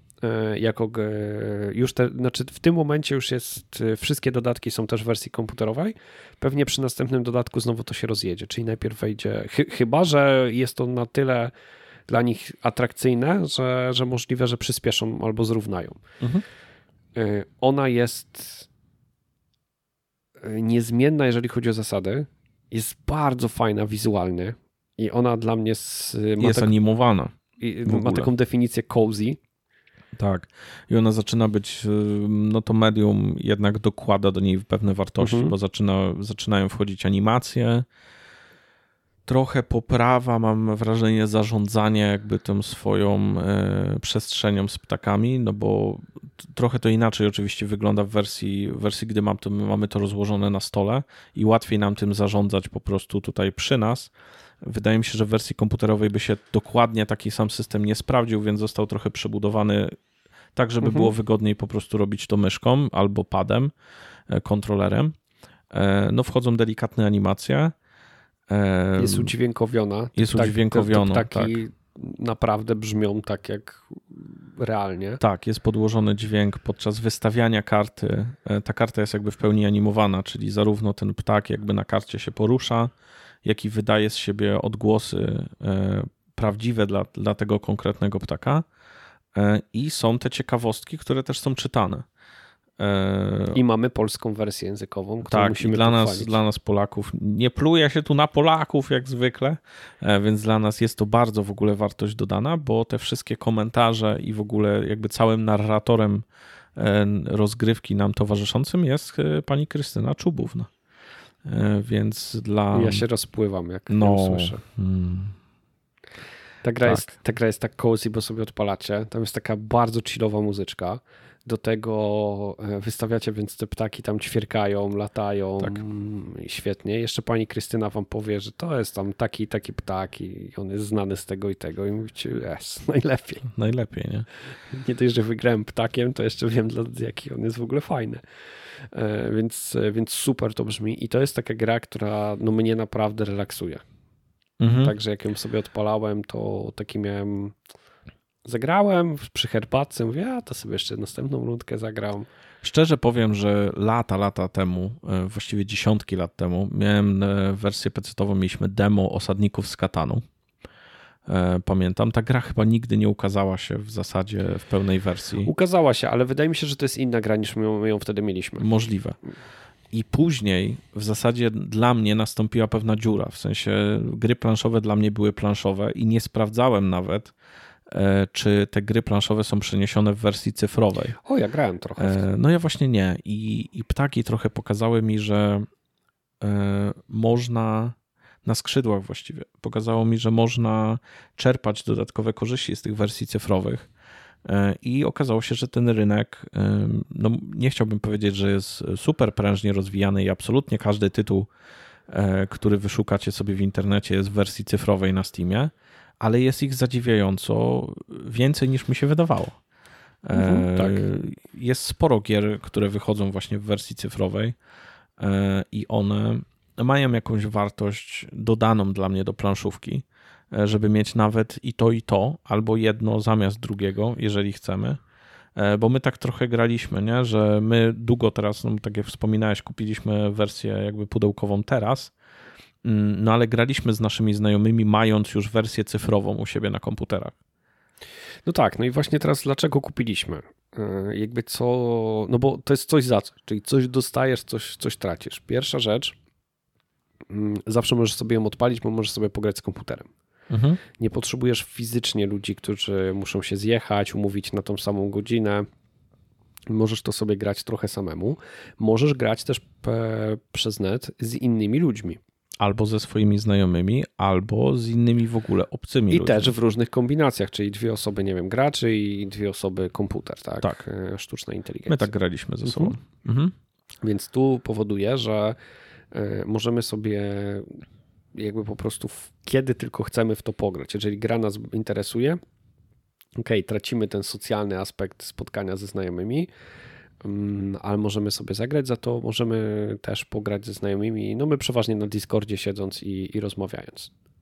Znaczy w tym momencie już jest, wszystkie dodatki są też w wersji komputerowej. Pewnie przy następnym dodatku znowu to się rozjedzie, czyli najpierw wejdzie, chyba że jest to na tyle dla nich atrakcyjne, że możliwe, że przyspieszą albo zrównają. Ona jest niezmienna, jeżeli chodzi o zasady. Jest bardzo fajna wizualnie i ona dla mnie jest animowana. Ma taką definicję cozy. Tak. I ona zaczyna być, to medium jednak dokłada do niej pewne wartości, bo zaczynają wchodzić animacje, trochę poprawa, mam wrażenie, zarządzania jakby tą swoją przestrzenią z ptakami, bo trochę to inaczej oczywiście wygląda w wersji gdy mamy to rozłożone na stole i łatwiej nam tym zarządzać po prostu tutaj przy nas. Wydaje mi się, że w wersji komputerowej by się dokładnie taki sam system nie sprawdził, więc został trochę przebudowany tak, żeby było wygodniej po prostu robić to myszką albo padem, kontrolerem. Wchodzą delikatne animacje. Jest udźwiękowiona. Te ptaki naprawdę brzmią tak jak realnie. Tak, jest podłożony dźwięk podczas wystawiania karty. Ta karta jest jakby w pełni animowana, czyli zarówno ten ptak jakby na karcie się porusza, jak i wydaje z siebie odgłosy prawdziwe dla tego konkretnego ptaka. I są te ciekawostki, które też są czytane. I mamy polską wersję językową, którą musimy pochwalić. Dla nas Polaków, nie pluje się tu na Polaków jak zwykle, więc dla nas jest to bardzo w ogóle wartość dodana, bo te wszystkie komentarze i w ogóle jakby całym narratorem rozgrywki nam towarzyszącym jest pani Krystyna Czubówna. Więc Ja się rozpływam, jak ją słyszę. Ta gra jest tak cozy, bo sobie odpalacie. Tam jest taka bardzo chillowa muzyczka. Do tego wystawiacie, więc te ptaki tam ćwierkają, latają. Tak. Świetnie. Jeszcze pani Krystyna wam powie, że to jest tam taki ptak i on jest znany z tego i tego. I mówicie, najlepiej. Najlepiej, nie? Nie dość, że wygrałem ptakiem, to jeszcze wiem, jaki on jest w ogóle fajny. Więc super to brzmi. I to jest taka gra, która mnie naprawdę relaksuje. Także jak ją sobie odpalałem, to taki miałem... Zagrałem przy herbatce, mówię, to sobie jeszcze następną rundkę zagram. Szczerze powiem, że lata temu, właściwie dziesiątki lat temu, miałem wersję PC-ową, mieliśmy demo Osadników z Katanu. Pamiętam, ta gra chyba nigdy nie ukazała się w zasadzie w pełnej wersji. Ukazała się, ale wydaje mi się, że to jest inna gra niż my ją wtedy mieliśmy. Możliwe. I później w zasadzie dla mnie nastąpiła pewna dziura, w sensie gry planszowe dla mnie były planszowe i nie sprawdzałem nawet, czy te gry planszowe są przeniesione w wersji cyfrowej. Ja grałem trochę. Ja właśnie nie. I ptaki trochę pokazały mi, że można, na skrzydłach właściwie, pokazało mi, że można czerpać dodatkowe korzyści z tych wersji cyfrowych. I okazało się, że ten rynek, nie chciałbym powiedzieć, że jest super prężnie rozwijany i absolutnie każdy tytuł, który wyszukacie sobie w internecie, jest w wersji cyfrowej na Steamie, ale jest ich zadziwiająco więcej niż mi się wydawało. Tak. Jest sporo gier, które wychodzą właśnie w wersji cyfrowej i one mają jakąś wartość dodaną dla mnie do planszówki, żeby mieć nawet i to, albo jedno zamiast drugiego, jeżeli chcemy. Bo my tak trochę graliśmy, nie? Że my długo teraz, tak jak wspominałeś, kupiliśmy wersję jakby pudełkową teraz, ale graliśmy z naszymi znajomymi, mając już wersję cyfrową u siebie na komputerach. No tak, i właśnie teraz dlaczego kupiliśmy? Jakby bo to jest coś za coś, czyli coś dostajesz, coś tracisz. Pierwsza rzecz, zawsze możesz sobie ją odpalić, bo możesz sobie pograć z komputerem. Nie potrzebujesz fizycznie ludzi, którzy muszą się zjechać, umówić na tą samą godzinę. Możesz to sobie grać trochę samemu. Możesz grać też przez net z innymi ludźmi. Albo ze swoimi znajomymi, albo z innymi w ogóle obcymi ludźmi. I też w różnych kombinacjach, czyli 2 osoby, graczy i 2 osoby komputer, tak? Sztuczna inteligencja. My tak graliśmy ze sobą. Więc tu powoduje, że możemy sobie jakby po prostu kiedy tylko chcemy w to pograć. Jeżeli gra nas interesuje, tracimy ten socjalny aspekt spotkania ze znajomymi, ale możemy sobie zagrać, za to możemy też pograć ze znajomymi, my przeważnie na Discordzie siedząc i rozmawiając.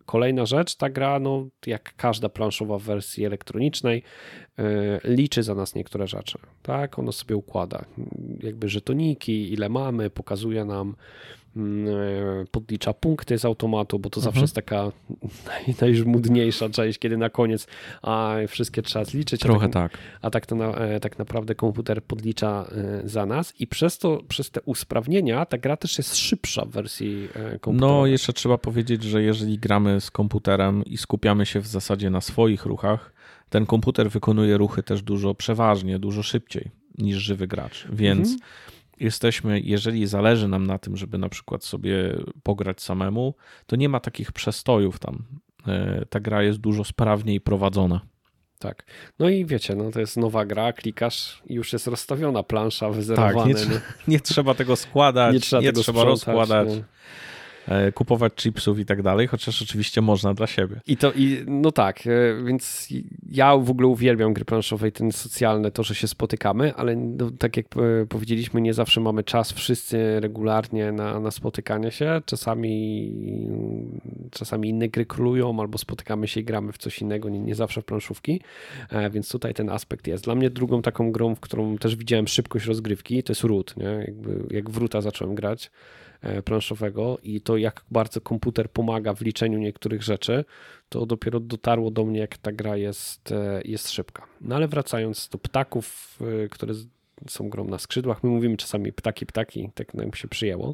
Kolejna rzecz, ta gra, no jak każda planszowa w wersji elektronicznej, liczy za nas niektóre rzeczy, tak? Ono sobie układa jakby żetoniki, ile mamy, pokazuje nam, podlicza punkty z automatu, bo to zawsze jest taka najżmudniejsza część, kiedy na koniec wszystkie trzeba zliczyć. Trochę tak. A tak naprawdę komputer podlicza za nas i przez te usprawnienia ta gra też jest szybsza w wersji komputerowej. No jeszcze trzeba powiedzieć, że jeżeli gramy z komputerem i skupiamy się w zasadzie na swoich ruchach, ten komputer wykonuje ruchy też przeważnie dużo szybciej niż żywy gracz, więc jeżeli zależy nam na tym, żeby na przykład sobie pograć samemu, to nie ma takich przestojów tam. Ta gra jest dużo sprawniej prowadzona. Tak. No i wiecie, no to jest nowa gra, klikasz i już jest rozstawiona plansza, wyzerowane. Tak, nie trzeba tego składać, nie trzeba rozkładać. Nie. Kupować chipsów i tak dalej, chociaż oczywiście można dla siebie. No tak, więc ja w ogóle uwielbiam gry planszowe i ten socjalne, to, że się spotykamy, ale no, tak jak powiedzieliśmy, nie zawsze mamy czas wszyscy regularnie na spotykanie się. Czasami inne gry królują, albo spotykamy się i gramy w coś innego, nie zawsze w planszówki, więc tutaj ten aspekt jest. Dla mnie drugą taką grą, w którą też widziałem szybkość rozgrywki, to jest Root, nie? Jak w Roota zacząłem grać planszowego i to jak bardzo komputer pomaga w liczeniu niektórych rzeczy, to dopiero dotarło do mnie, jak ta gra jest szybka. No ale wracając do ptaków, które są grą na skrzydłach, my mówimy czasami ptaki, tak nam się przyjęło.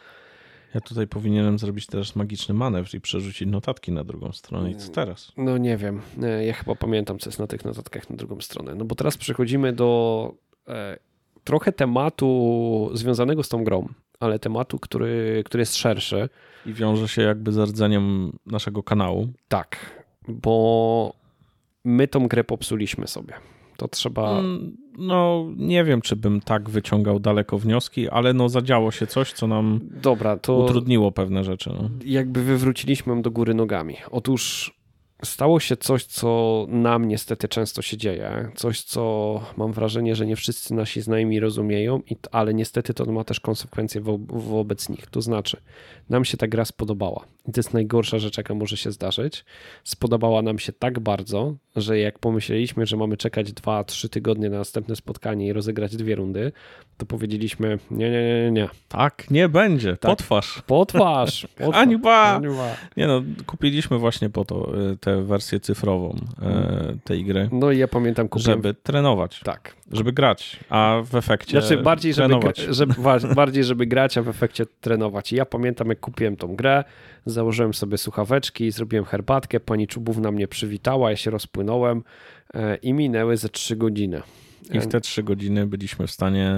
Ja tutaj powinienem zrobić teraz magiczny manewr i przerzucić notatki na drugą stronę. I co teraz? No nie wiem. Ja chyba pamiętam, co jest na tych notatkach na drugą stronę. No bo teraz przechodzimy do trochę tematu związanego z tą grą, ale tematu, który jest szerszy. I wiąże się jakby z rdzeniem naszego kanału. Tak, bo my tą grę popsuliśmy sobie. To trzeba... No nie wiem, czy bym tak wyciągał daleko wnioski, ale no zadziało się coś, co nam utrudniło pewne rzeczy. No. Jakby wywróciliśmy ją do góry nogami. Otóż stało się coś, co nam niestety często się dzieje. Coś, co mam wrażenie, że nie wszyscy nasi znajomi rozumieją, ale niestety to ma też konsekwencje wobec nich. To znaczy, nam się ta gra spodobała. I to jest najgorsza rzecz, jaka może się zdarzyć. Spodobała nam się tak bardzo, że jak pomyśleliśmy, że mamy czekać 2-3 tygodnie na następne spotkanie i rozegrać 2 rundy, to powiedzieliśmy nie. Tak, nie będzie. Tak. Potwarz. Hańba. Nie no, kupiliśmy właśnie po to tę wersję cyfrową tej gry. No i ja pamiętam, żeby trenować. Tak. Żeby grać, a w efekcie trenować. Bardziej, żeby grać, a w efekcie trenować. I ja pamiętam, jak kupiłem tą grę, założyłem sobie słuchaweczki, zrobiłem herbatkę, pani Czubówna mnie przywitała, ja się rozpłynąłem i minęły ze 3 godziny. I w te 3 godziny byliśmy w stanie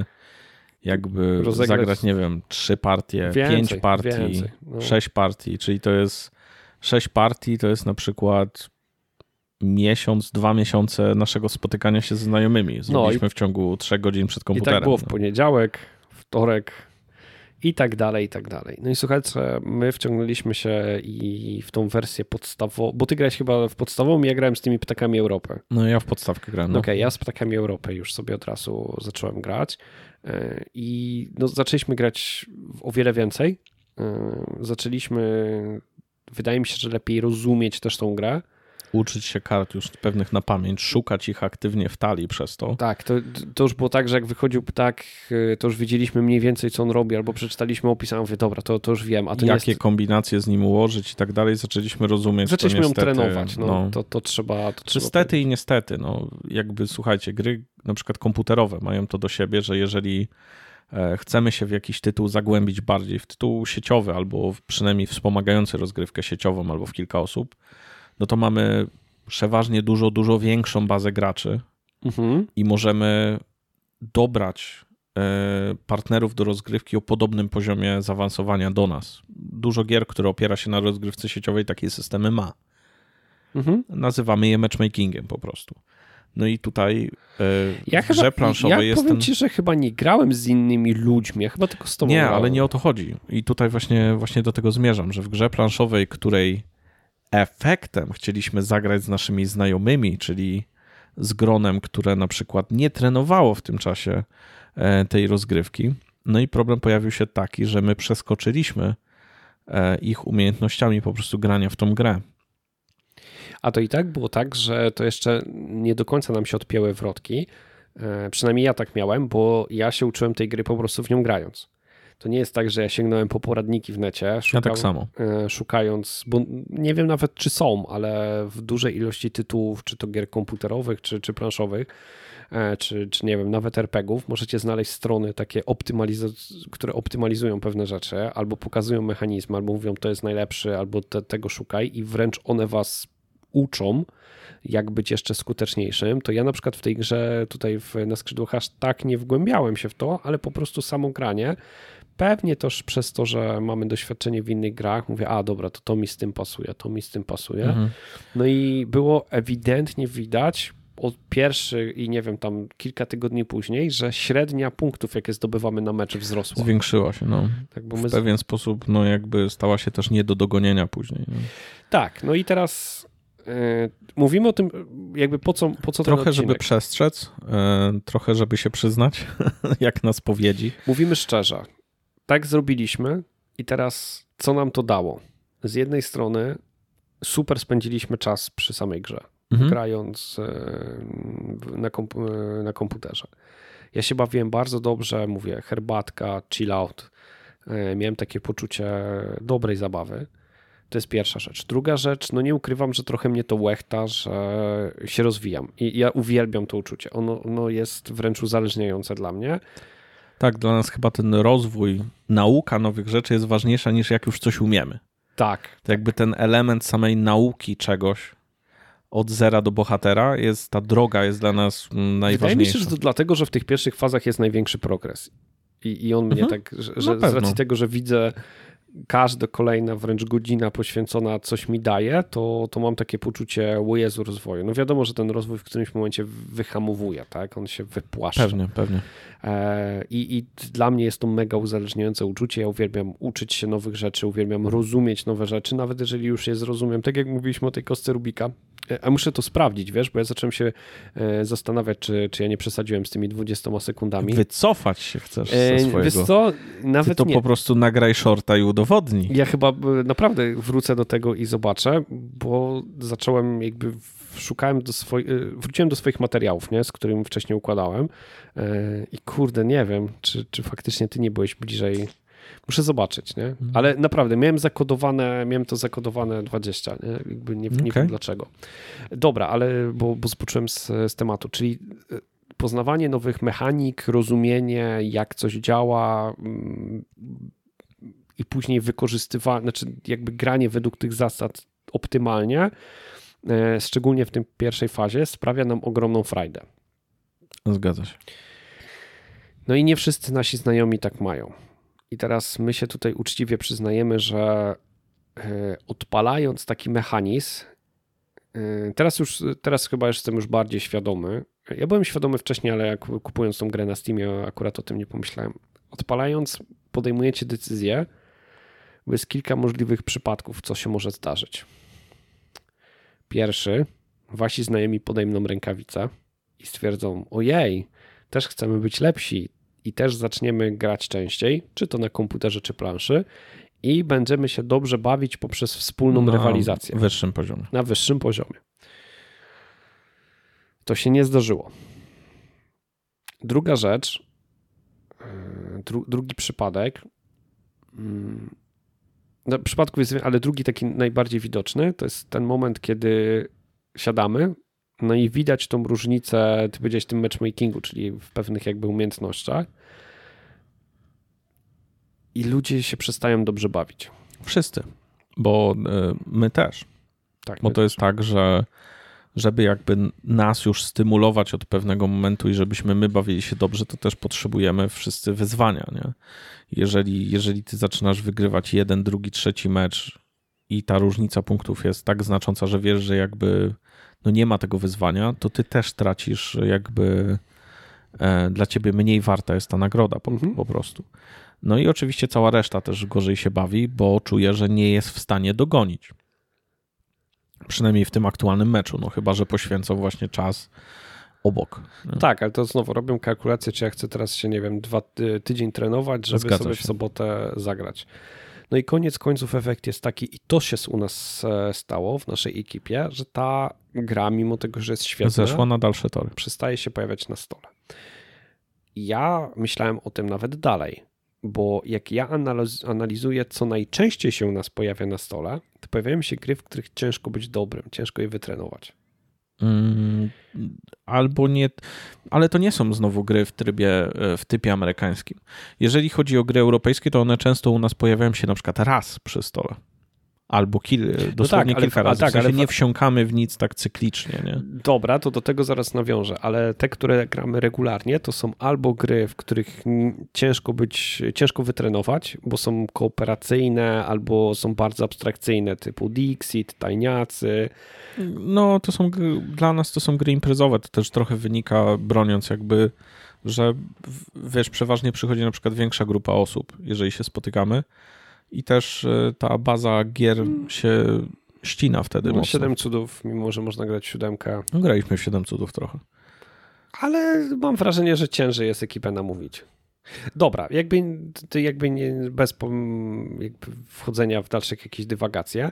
jakby zagrać, nie wiem, 3 partie, 5 partii, 6 partii, czyli to jest 6 partii, to jest na przykład miesiąc, 2 miesiące naszego spotykania się ze znajomymi. Zrobiliśmy w ciągu 3 godzin przed komputerem. I tak było w poniedziałek, wtorek i tak dalej, i tak dalej. No i słuchajcie, my wciągnęliśmy się i w tą wersję podstawową, bo ty grałeś chyba w podstawową, ja grałem z tymi ptakami Europy. No ja w podstawkę grałem. No. Okej, ja z ptakami Europy już sobie od razu zacząłem grać i no, zaczęliśmy grać o wiele więcej. Zaczęliśmy, wydaje mi się, że lepiej rozumieć też tą grę. Uczyć się kart już pewnych na pamięć, szukać ich aktywnie w talii przez to. Tak, to już było tak, że jak wychodził ptak, to już wiedzieliśmy mniej więcej, co on robi, albo przeczytaliśmy opis, a mówię, dobra, to już wiem. A to jakie kombinacje z nim ułożyć i tak dalej, zaczęliśmy rozumieć. Zaczęliśmy to ją trenować, to trzeba... Stety i niestety, no jakby słuchajcie, gry na przykład komputerowe mają to do siebie, że jeżeli chcemy się w jakiś tytuł zagłębić bardziej, w tytuł sieciowy, albo przynajmniej wspomagający rozgrywkę sieciową, albo w kilka osób, no to mamy przeważnie dużo większą bazę graczy i możemy dobrać partnerów do rozgrywki o podobnym poziomie zaawansowania do nas. Dużo gier, które opiera się na rozgrywce sieciowej, takie systemy ma. Nazywamy je matchmakingiem po prostu. No i tutaj w grze planszowej jest powiem ci, że chyba nie grałem z innymi ludźmi, ja chyba tylko z tobą grałem. Ale nie o to chodzi. I tutaj właśnie do tego zmierzam, że w grze planszowej, której efektem chcieliśmy zagrać z naszymi znajomymi, czyli z gronem, które na przykład nie trenowało w tym czasie tej rozgrywki. No i problem pojawił się taki, że my przeskoczyliśmy ich umiejętnościami po prostu grania w tą grę. A to i tak było tak, że to jeszcze nie do końca nam się odpięły wrotki. Przynajmniej ja tak miałem, bo ja się uczyłem tej gry po prostu w nią grając. To nie jest tak, że ja sięgnąłem po poradniki w necie, ja tak samo. Szukając, bo nie wiem nawet czy są, ale w dużej ilości tytułów, czy to gier komputerowych, czy planszowych, czy nie wiem, nawet RPGów, możecie znaleźć strony takie, które optymalizują pewne rzeczy, albo pokazują mechanizmy, albo mówią to jest najlepszy, albo tego szukaj i wręcz one was uczą, jak być jeszcze skuteczniejszym. To ja na przykład w tej grze tutaj na skrzydłach aż tak nie wgłębiałem się w to, ale po prostu samo granie, pewnie też przez to, że mamy doświadczenie w innych grach, mówię, a dobra, to mi z tym pasuje, to mi z tym pasuje. Mhm. No i było ewidentnie widać od pierwszy i nie wiem, tam kilka tygodni później, że średnia punktów, jakie zdobywamy na mecze, wzrosła. Zwiększyła się, no. Tak, bo w pewien sposób, no jakby stała się też nie do dogonienia później. No. Tak, no i teraz mówimy o tym, jakby po co trochę, żeby przestrzec, trochę, żeby się przyznać, jak na spowiedzi. Mówimy szczerze, tak zrobiliśmy i teraz co nam to dało? Z jednej strony super spędziliśmy czas przy samej grze, grając na komputerze. Ja się bawiłem bardzo dobrze, mówię, herbatka, chill out. Miałem takie poczucie dobrej zabawy. To jest pierwsza rzecz. Druga rzecz, no nie ukrywam, że trochę mnie to łechta, że się rozwijam i ja uwielbiam to uczucie. Ono jest wręcz uzależniające dla mnie. Tak, dla nas chyba ten rozwój, nauka nowych rzeczy jest ważniejsza niż jak już coś umiemy. Tak. To jakby ten element samej nauki czegoś od zera do bohatera, ta droga jest dla nas najważniejsza. Wydaje mi się, że to dlatego, że w tych pierwszych fazach jest największy progres. I on mnie tak, że z racji tego, że widzę każda kolejna wręcz godzina poświęcona coś mi daje, to mam takie poczucie, o Jezu, rozwoju. No wiadomo, że ten rozwój w którymś momencie wyhamowuje, tak? On się wypłaszcza. Pewnie. I dla mnie jest to mega uzależniające uczucie. Ja uwielbiam uczyć się nowych rzeczy, uwielbiam rozumieć nowe rzeczy, nawet jeżeli już je zrozumiem. Tak jak mówiliśmy o tej kostce Rubika. A muszę to sprawdzić, wiesz, bo ja zacząłem się zastanawiać, czy ja nie przesadziłem z tymi 20 sekundami. Wycofać się chcesz ze swojego. Wiesz co? Nawet ty to nie. Po prostu nagraj shorta i udowodnij. Ja chyba naprawdę wrócę do tego i zobaczę, bo zacząłem jakby wróciłem do swoich materiałów, nie, z którymi wcześniej układałem i kurde, nie wiem, czy faktycznie ty nie byłeś bliżej. Muszę zobaczyć, nie? Ale naprawdę, miałem to zakodowane 20, nie? Jakby nie wiem dlaczego. Dobra, ale bo zboczyłem z tematu, czyli poznawanie nowych mechanik, rozumienie, jak coś działa i później wykorzystywanie, znaczy jakby granie według tych zasad optymalnie, szczególnie w tej pierwszej fazie, sprawia nam ogromną frajdę. Zgadza się. No i nie wszyscy nasi znajomi tak mają. I teraz my się tutaj uczciwie przyznajemy, że odpalając taki mechanizm, teraz chyba jestem już bardziej świadomy. Ja byłem świadomy wcześniej, ale jak kupując tą grę na Steamie, akurat o tym nie pomyślałem. Odpalając, podejmujecie decyzję, bo jest kilka możliwych przypadków, co się może zdarzyć. Pierwszy, wasi znajomi podejmą rękawicę i stwierdzą, ojej, też chcemy być lepsi i też zaczniemy grać częściej, czy to na komputerze, czy planszy i będziemy się dobrze bawić poprzez wspólną rywalizację. Na wyższym poziomie. To się nie zdarzyło. Druga rzecz, drugi przypadek, no, przypadków jest, ale drugi taki najbardziej widoczny, to jest ten moment, kiedy siadamy, no i widać tą różnicę, ty powiedziałeś, w tym matchmakingu, czyli w pewnych jakby umiejętnościach i ludzie się przestają dobrze bawić. Wszyscy, bo my też. Tak, bo to jest tak, że żeby jakby nas już stymulować od pewnego momentu i żebyśmy my bawili się dobrze, to też potrzebujemy wszyscy wyzwania, nie? Jeżeli ty zaczynasz wygrywać jeden, drugi, trzeci mecz i ta różnica punktów jest tak znacząca, że wiesz, że jakby no nie ma tego wyzwania, to ty też tracisz jakby dla ciebie mniej warta jest ta nagroda po prostu. No i oczywiście cała reszta też gorzej się bawi, bo czuje, że nie jest w stanie dogonić. Przynajmniej w tym aktualnym meczu, no chyba że poświęcą właśnie czas obok. Nie? Tak, ale to znowu robią kalkulację, czy ja chcę teraz się, nie wiem, tydzień trenować, żeby sobie w sobotę zagrać. No i koniec końców efekt jest taki, i to się u nas stało w naszej ekipie, że ta gra, mimo tego, że jest świetna, zeszła na dalsze tory. Przestaje się pojawiać na stole. Ja myślałem o tym nawet dalej, bo jak ja analizuję, co najczęściej się u nas pojawia na stole, to pojawiają się gry, w których ciężko być dobrym, ciężko je wytrenować. Albo nie, ale to nie są znowu gry w typie amerykańskim. Jeżeli chodzi o gry europejskie, to one często u nas pojawiają się na przykład raz przy stole. Albo dosłownie kilka razy. W sensie nie wsiąkamy w nic tak cyklicznie. Nie? Dobra, to do tego zaraz nawiążę, ale te, które gramy regularnie, to są albo gry, w których ciężko wytrenować, bo są kooperacyjne, albo są bardzo abstrakcyjne, typu Dixit, Tajniacy. No, dla nas to są gry imprezowe, to też trochę wynika, broniąc jakby, że wiesz, przeważnie przychodzi na przykład większa grupa osób, jeżeli się spotykamy. I też ta baza gier się ścina wtedy mocno. 7 cudów, mimo że można grać 7. No, graliśmy w 7 cudów trochę. Ale mam wrażenie, że ciężej jest ekipę namówić. Dobra, jakby nie, bez jakby wchodzenia w dalsze jakieś dywagacje.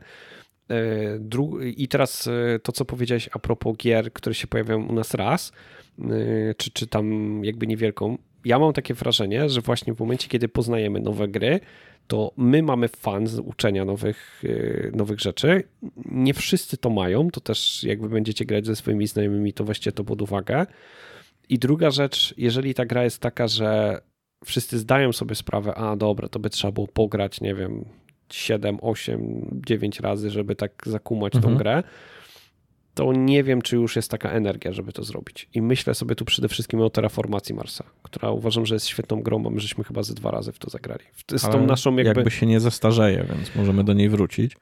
I teraz to, co powiedziałeś a propos gier, które się pojawiają u nas raz, czy tam jakby niewielką. Ja mam takie wrażenie, że właśnie w momencie, kiedy poznajemy nowe gry, to my mamy fan z uczenia nowych rzeczy. Nie wszyscy to mają, to też jakby będziecie grać ze swoimi znajomymi, to weźcie to pod uwagę. I druga rzecz, jeżeli ta gra jest taka, że wszyscy zdają sobie sprawę, a dobra, to by trzeba było pograć, nie wiem, 7, 8, 9 razy, żeby tak zakumać tą grę, to nie wiem, czy już jest taka energia, żeby to zrobić. I myślę sobie tu przede wszystkim o Terraformacji Marsa, która uważam, że jest świetną grą, bo my żeśmy chyba ze 2 razy w to zagrali. Z tą naszą jakby się nie zastarzeje, więc możemy do niej wrócić.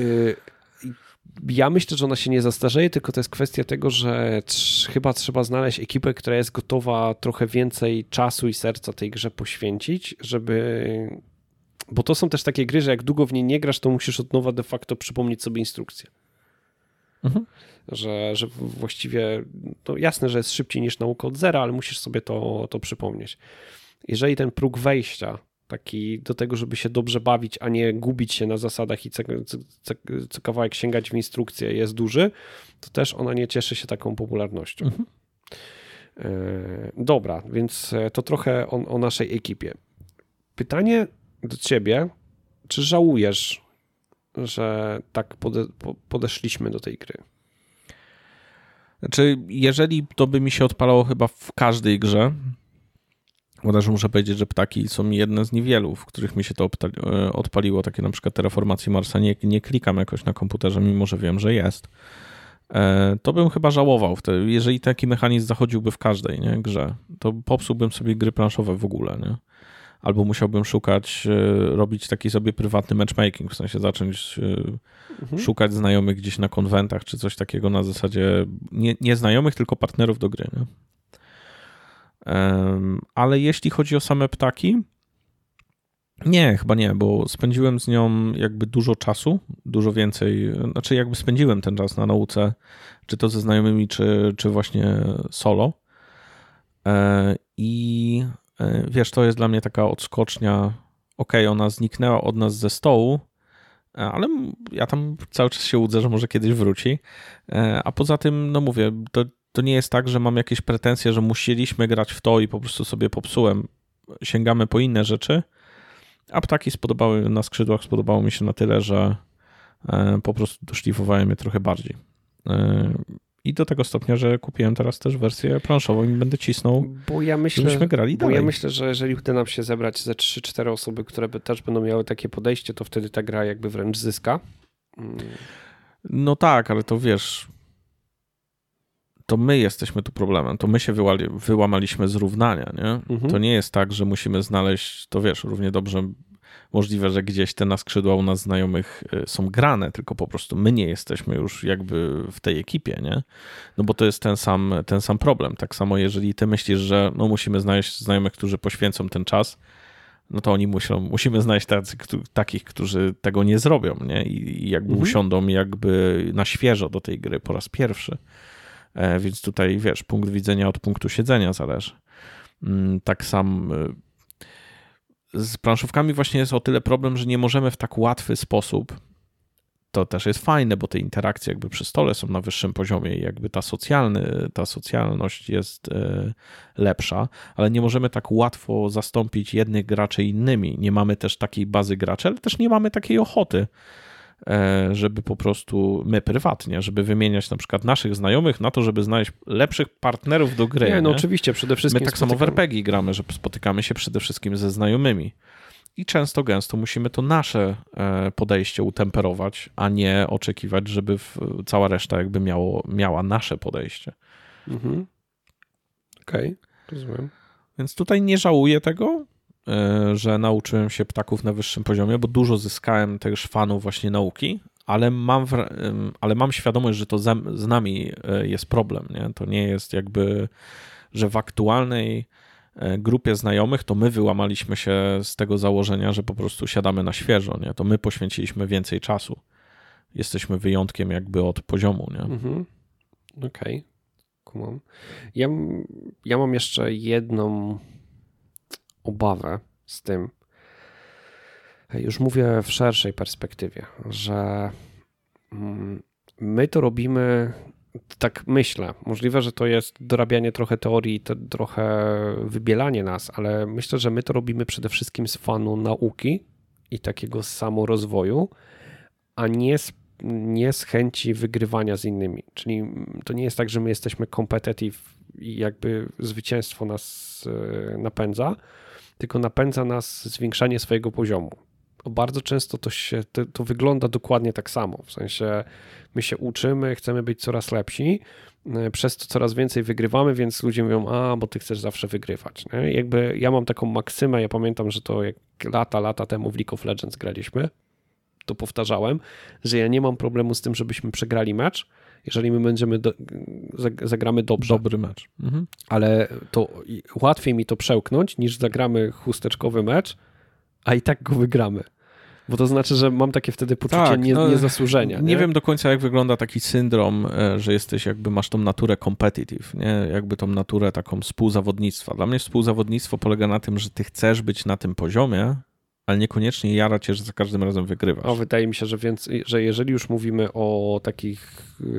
Ja myślę, że ona się nie zastarzeje, tylko to jest kwestia tego, że chyba trzeba znaleźć ekipę, która jest gotowa trochę więcej czasu i serca tej grze poświęcić, żeby... Bo to są też takie gry, że jak długo w niej nie grasz, to musisz od nowa de facto przypomnieć sobie instrukcję. Że właściwie, to jasne, że jest szybciej niż nauka od zera, ale musisz sobie to przypomnieć. Jeżeli ten próg wejścia taki do tego, żeby się dobrze bawić, a nie gubić się na zasadach i co kawałek sięgać w instrukcję jest duży, to też ona nie cieszy się taką popularnością. Dobra, więc to trochę o naszej ekipie. Pytanie do ciebie, czy żałujesz, że tak podeszliśmy do tej gry? Znaczy, jeżeli to by mi się odpalało chyba w każdej grze, bo też muszę powiedzieć, że Ptaki są jedne z niewielu, w których mi się to odpaliło, takie na przykład Terraformacji Marsa, nie klikam jakoś na komputerze, mimo że wiem, że jest, to bym chyba żałował. Jeżeli taki mechanizm zachodziłby w każdej grze, to popsułbym sobie gry planszowe w ogóle, nie? Albo musiałbym robić taki sobie prywatny matchmaking, w sensie zacząć szukać znajomych gdzieś na konwentach, czy coś takiego na zasadzie nie znajomych, tylko partnerów do gry. Nie? Ale jeśli chodzi o same Ptaki, nie, chyba nie, bo spędziłem z nią jakby dużo czasu, dużo więcej, znaczy jakby spędziłem ten czas na nauce, czy to ze znajomymi, czy właśnie solo. I wiesz, to jest dla mnie taka odskocznia, ona zniknęła od nas ze stołu, ale ja tam cały czas się łudzę, że może kiedyś wróci. A poza tym, no mówię, to nie jest tak, że mam jakieś pretensje, że musieliśmy grać w to i po prostu sobie popsułem. Sięgamy po inne rzeczy, a Ptaki na skrzydłach spodobało mi się na tyle, że po prostu doszlifowałem je trochę bardziej. I do tego stopnia, że kupiłem teraz też wersję planszową i będę cisnął, żebyśmy grali dalej. Bo ja myślę, że jeżeli uda nam się zebrać ze 3-4 osoby, które też będą miały takie podejście, to wtedy ta gra jakby wręcz zyska. No tak, ale to wiesz, to my jesteśmy tu problemem. To my się wyłamaliśmy z równania, nie? To nie jest tak, że musimy znaleźć, to wiesz, równie dobrze możliwe, że gdzieś te na skrzydła u nas znajomych są grane, tylko po prostu my nie jesteśmy już jakby w tej ekipie, nie? No bo to jest ten sam problem. Tak samo jeżeli ty myślisz, że no musimy znaleźć znajomych, którzy poświęcą ten czas, no to musimy znaleźć takich, którzy tego nie zrobią, nie? I jakby usiądą jakby na świeżo do tej gry po raz pierwszy. Więc tutaj, wiesz, punkt widzenia od punktu siedzenia zależy. Tak sam z planszówkami właśnie jest o tyle problem, że nie możemy w tak łatwy sposób. To też jest fajne, bo te interakcje jakby przy stole są na wyższym poziomie i jakby ta socjalność jest lepsza, ale nie możemy tak łatwo zastąpić jednych graczy innymi. Nie mamy też takiej bazy graczy, ale też nie mamy takiej ochoty, żeby po prostu my prywatnie, żeby wymieniać na przykład naszych znajomych na to, żeby znaleźć lepszych partnerów do gry. Nie, no nie? oczywiście, przede wszystkim My tak samo w RPG gramy, że spotykamy się przede wszystkim ze znajomymi. I często, gęsto musimy to nasze podejście utemperować, a nie oczekiwać, żeby cała reszta jakby miała nasze podejście. Mhm. Okej, rozumiem. Więc tutaj nie żałuję tego, że nauczyłem się ptaków na wyższym poziomie, bo dużo zyskałem też fanów właśnie nauki, ale mam świadomość, że to z nami jest problem. Nie? To nie jest jakby, że w aktualnej grupie znajomych to my wyłamaliśmy się z tego założenia, że po prostu siadamy na świeżo. Nie? To my poświęciliśmy więcej czasu. Jesteśmy wyjątkiem jakby od poziomu. Nie? Mhm. Okej. Kumam. Ja mam jeszcze jedną obawę z tym. Już mówię w szerszej perspektywie, że my to robimy, tak myślę, możliwe, że to jest dorabianie trochę teorii, trochę wybielanie nas, ale myślę, że my to robimy przede wszystkim z fanu nauki i takiego samorozwoju, a nie z chęci wygrywania z innymi. Czyli to nie jest tak, że my jesteśmy competitive i jakby zwycięstwo nas napędza, tylko napędza nas zwiększanie swojego poziomu. Bardzo często to wygląda dokładnie tak samo. W sensie my się uczymy, chcemy być coraz lepsi, przez to coraz więcej wygrywamy, więc ludzie mówią, bo ty chcesz zawsze wygrywać. Nie? Jakby ja mam taką maksymę, ja pamiętam, że to jak lata temu w League of Legends graliśmy, to powtarzałem, że ja nie mam problemu z tym, żebyśmy przegrali mecz, jeżeli my zagramy dobrze. Dobry mecz. Mhm. Ale to łatwiej mi to przełknąć, niż zagramy chusteczkowy mecz, a i tak go wygramy. Bo to znaczy, że mam takie wtedy poczucie niezasłużenia. Nie wiem do końca, jak wygląda taki syndrom, że masz tą naturę competitive, nie? Jakby tą naturę taką współzawodnictwa. Dla mnie współzawodnictwo polega na tym, że ty chcesz być na tym poziomie, ale niekoniecznie jara cię, że za każdym razem wygrywasz. Wydaje mi się, że jeżeli już mówimy o takich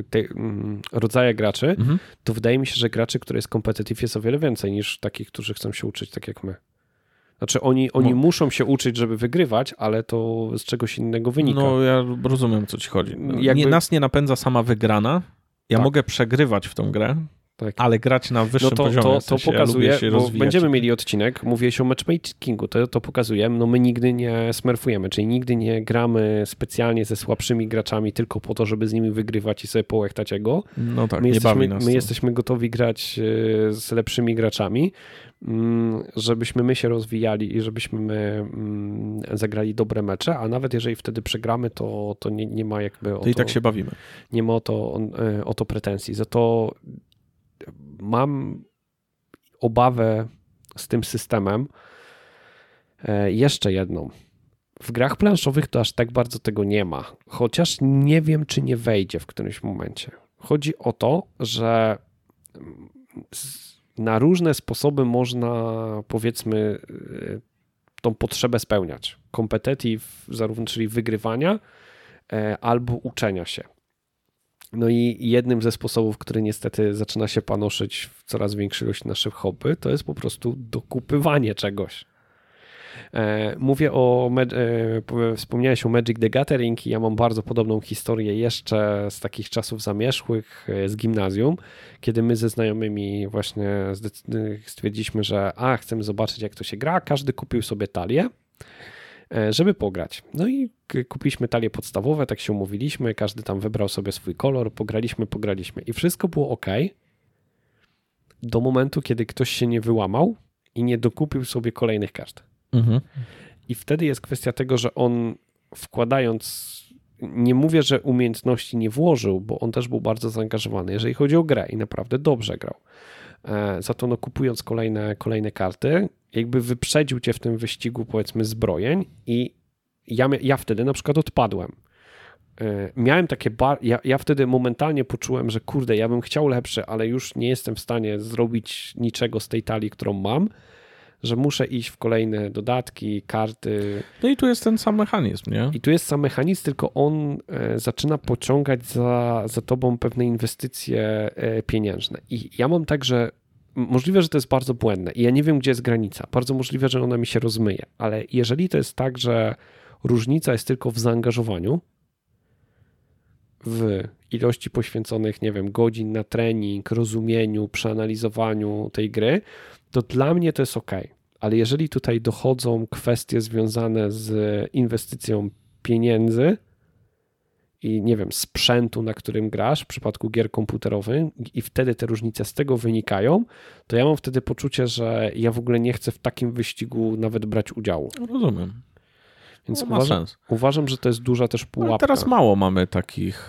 rodzajach graczy, to wydaje mi się, że graczy, które jest competitive, jest o wiele więcej niż takich, którzy chcą się uczyć tak jak my. Znaczy oni muszą się uczyć, żeby wygrywać, ale to z czegoś innego wynika. No ja rozumiem, o co ci chodzi. Nas nie napędza sama wygrana. Ja mogę przegrywać w tą grę, ale grać na wyższym poziomie. To pokazuje, bo będziemy mieli odcinek, mówiłeś o matchmakingu, to pokazuje, my nigdy nie smurfujemy, czyli nigdy nie gramy specjalnie ze słabszymi graczami tylko po to, żeby z nimi wygrywać i sobie połechtać ego. No tak, nie bawi nas. My jesteśmy gotowi grać z lepszymi graczami, żebyśmy my się rozwijali i żebyśmy my zagrali dobre mecze, a nawet jeżeli wtedy przegramy, to nie ma jakby o to... I tak się bawimy. Nie ma o to pretensji. Za to mam obawę z tym systemem jeszcze jedną. W grach planszowych to aż tak bardzo tego nie ma. Chociaż nie wiem, czy nie wejdzie w którymś momencie. Chodzi o to, że na różne sposoby można, powiedzmy, tą potrzebę spełniać. Competitive, zarówno czyli wygrywania, albo uczenia się. No i jednym ze sposobów, który niestety zaczyna się panoszyć w coraz większej ilości naszych hobby, to jest po prostu dokupywanie czegoś. Mówię wspomniałeś o Magic the Gathering i ja mam bardzo podobną historię jeszcze z takich czasów zamierzchłych z gimnazjum, kiedy my ze znajomymi właśnie stwierdziliśmy, że chcemy zobaczyć, jak to się gra. Każdy kupił sobie talię, żeby pograć. No i kupiliśmy talie podstawowe, tak się umówiliśmy, każdy tam wybrał sobie swój kolor, pograliśmy i wszystko było ok. Do momentu, kiedy ktoś się nie wyłamał i nie dokupił sobie kolejnych kart. Mhm. I wtedy jest kwestia tego, że on wkładając, nie mówię, że umiejętności nie włożył, bo on też był bardzo zaangażowany, jeżeli chodzi o grę i naprawdę dobrze grał. Za to kupując kolejne karty, jakby wyprzedził cię w tym wyścigu, powiedzmy, zbrojeń i ja wtedy na przykład odpadłem. Miałem takie ja wtedy momentalnie poczułem, że kurde, ja bym chciał lepszy, ale już nie jestem w stanie zrobić niczego z tej talii, którą mam, że muszę iść w kolejne dodatki, karty. No i tu jest ten sam mechanizm, nie? I tu jest sam mechanizm, tylko on zaczyna pociągać za tobą pewne inwestycje pieniężne. I ja mam tak, że możliwe, że to jest bardzo błędne i ja nie wiem, gdzie jest granica. Bardzo możliwe, że ona mi się rozmyje, ale jeżeli to jest tak, że różnica jest tylko w zaangażowaniu, w ilości poświęconych, nie wiem, godzin na trening, rozumieniu, przeanalizowaniu tej gry, to dla mnie to jest ok. Ale jeżeli tutaj dochodzą kwestie związane z inwestycją pieniędzy i nie wiem, sprzętu, na którym grasz w przypadku gier komputerowych i wtedy te różnice z tego wynikają, to ja mam wtedy poczucie, że ja w ogóle nie chcę w takim wyścigu nawet brać udziału. Rozumiem. Więc no, uważam, że to jest duża też pułapka. Ale teraz mało mamy takich...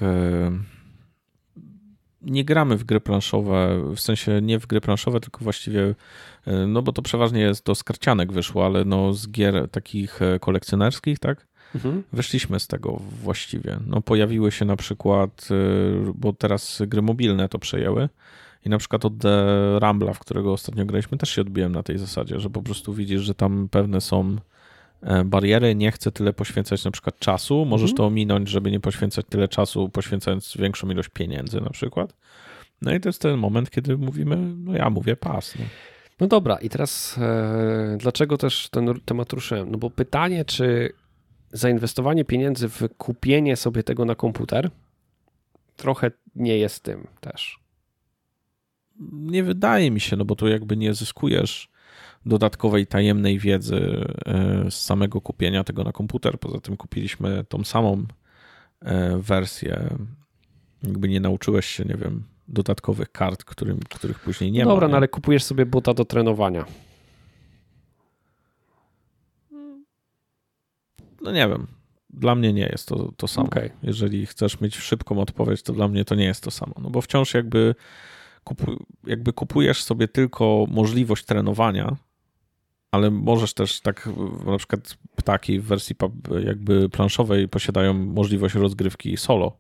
Nie gramy w gry planszowe, w sensie nie w gry planszowe, tylko właściwie, no bo to przeważnie jest do skarcianek wyszło, ale no z gier takich kolekcjonerskich, tak? Wyszliśmy z tego właściwie. No pojawiły się na przykład, bo teraz gry mobilne to przejęły i na przykład od The Rambla, w którego ostatnio graliśmy, też się odbiłem na tej zasadzie, że po prostu widzisz, że tam pewne są bariery, nie chcę tyle poświęcać na przykład czasu, możesz to ominąć, żeby nie poświęcać tyle czasu, poświęcając większą ilość pieniędzy na przykład. No i to jest ten moment, kiedy mówimy, no ja mówię pas. No dobra, i teraz dlaczego też ten temat ruszyłem? No bo pytanie, czy zainwestowanie pieniędzy w kupienie sobie tego na komputer trochę nie jest tym też. Nie wydaje mi się, no bo tu jakby nie zyskujesz dodatkowej tajemnej wiedzy z samego kupienia tego na komputer. Poza tym kupiliśmy tą samą wersję. Jakby nie nauczyłeś się, nie wiem, dodatkowych kart, których później nie ma. Dobra, nie? No ale kupujesz sobie bota do trenowania. No nie wiem. Dla mnie nie jest to samo. Okay. Jeżeli chcesz mieć szybką odpowiedź, to dla mnie to nie jest to samo. No bo wciąż jakby kupujesz sobie tylko możliwość trenowania, ale możesz też tak, na przykład ptaki w wersji jakby planszowej posiadają możliwość rozgrywki solo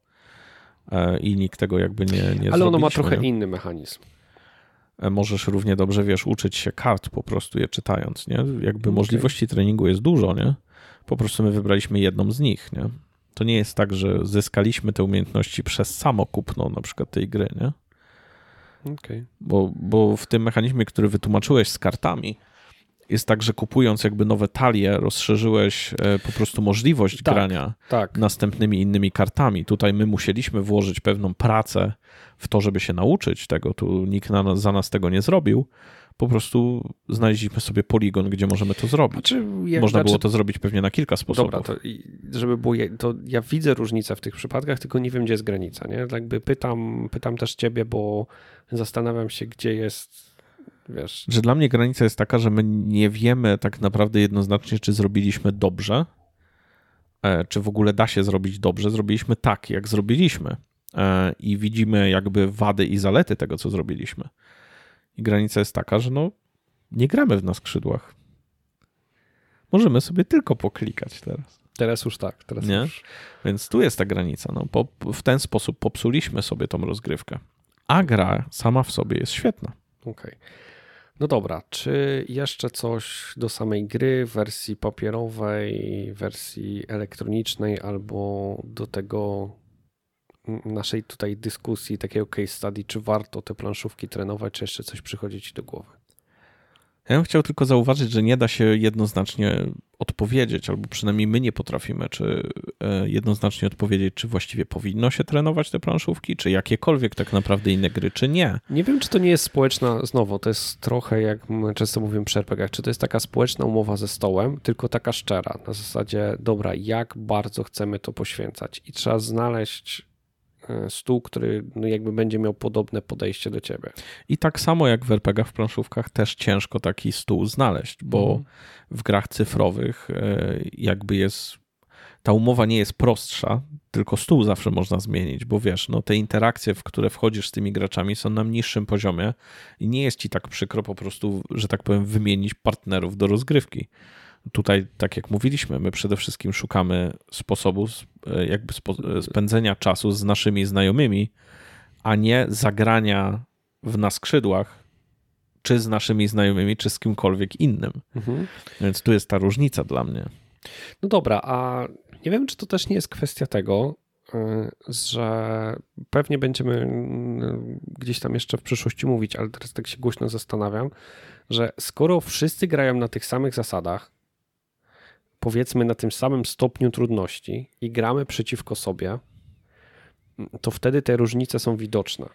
i nikt tego jakby nie Ale ono ma trochę inny mechanizm. Możesz równie dobrze, wiesz, uczyć się kart po prostu je czytając, nie? Jakby możliwości treningu jest dużo, nie? Po prostu my wybraliśmy jedną z nich, nie? To nie jest tak, że zyskaliśmy te umiejętności przez samo kupno na przykład tej gry, nie? Okay. Bo w tym mechanizmie, który wytłumaczyłeś z kartami, jest tak, że kupując jakby nowe talie, rozszerzyłeś po prostu możliwość grania następnymi innymi kartami. Tutaj my musieliśmy włożyć pewną pracę w to, żeby się nauczyć tego. Tu nikt za nas tego nie zrobił. Po prostu znaleźliśmy sobie poligon, gdzie możemy to zrobić. Można było to zrobić pewnie na kilka sposobów. Dobra, żeby było, to ja widzę różnicę w tych przypadkach, tylko nie wiem, gdzie jest granica. Nie? Jakby pytam też ciebie, bo zastanawiam się, gdzie jest... Wiesz. Że dla mnie granica jest taka, że my nie wiemy tak naprawdę jednoznacznie, czy zrobiliśmy dobrze, czy w ogóle da się zrobić dobrze. Zrobiliśmy tak, jak zrobiliśmy i widzimy jakby wady i zalety tego, co zrobiliśmy. I granica jest taka, że no nie gramy na skrzydłach. Możemy sobie tylko poklikać teraz. Teraz już tak. Teraz nie? Już. Więc tu jest ta granica. No, w ten sposób popsuliśmy sobie tą rozgrywkę. A gra sama w sobie jest świetna. Okej. No dobra, czy jeszcze coś do samej gry, wersji papierowej, wersji elektronicznej albo do tego naszej tutaj dyskusji, takiego case study, czy warto te planszówki trenować, czy jeszcze coś przychodzi ci do głowy? Ja bym chciał tylko zauważyć, że nie da się jednoznacznie odpowiedzieć, albo przynajmniej my nie potrafimy, czy jednoznacznie odpowiedzieć, czy właściwie powinno się trenować te planszówki, czy jakiekolwiek tak naprawdę inne gry, czy nie. Nie wiem, czy to nie jest społeczna, znowu, to jest trochę jak my często mówimy przy RPG-ach, czy to jest taka społeczna umowa ze stołem, tylko taka szczera, na zasadzie, dobra, jak bardzo chcemy to poświęcać i trzeba znaleźć stół, który no jakby będzie miał podobne podejście do ciebie. I tak samo jak w RPG-ach, w planszówkach też ciężko taki stół znaleźć, bo w grach cyfrowych jakby jest, ta umowa nie jest prostsza, tylko stół zawsze można zmienić, bo wiesz, no te interakcje, w które wchodzisz z tymi graczami są na niższym poziomie i nie jest ci tak przykro po prostu, że tak powiem, wymienić partnerów do rozgrywki. Tutaj, tak jak mówiliśmy, my przede wszystkim szukamy sposobu jakby spędzenia czasu z naszymi znajomymi, a nie zagrania na skrzydłach czy z naszymi znajomymi, czy z kimkolwiek innym. Więc tu jest ta różnica dla mnie. No dobra, a nie wiem, czy to też nie jest kwestia tego, że pewnie będziemy gdzieś tam jeszcze w przyszłości mówić, ale teraz tak się głośno zastanawiam, że skoro wszyscy grają na tych samych zasadach, powiedzmy na tym samym stopniu trudności i gramy przeciwko sobie, to wtedy te różnice są widoczne.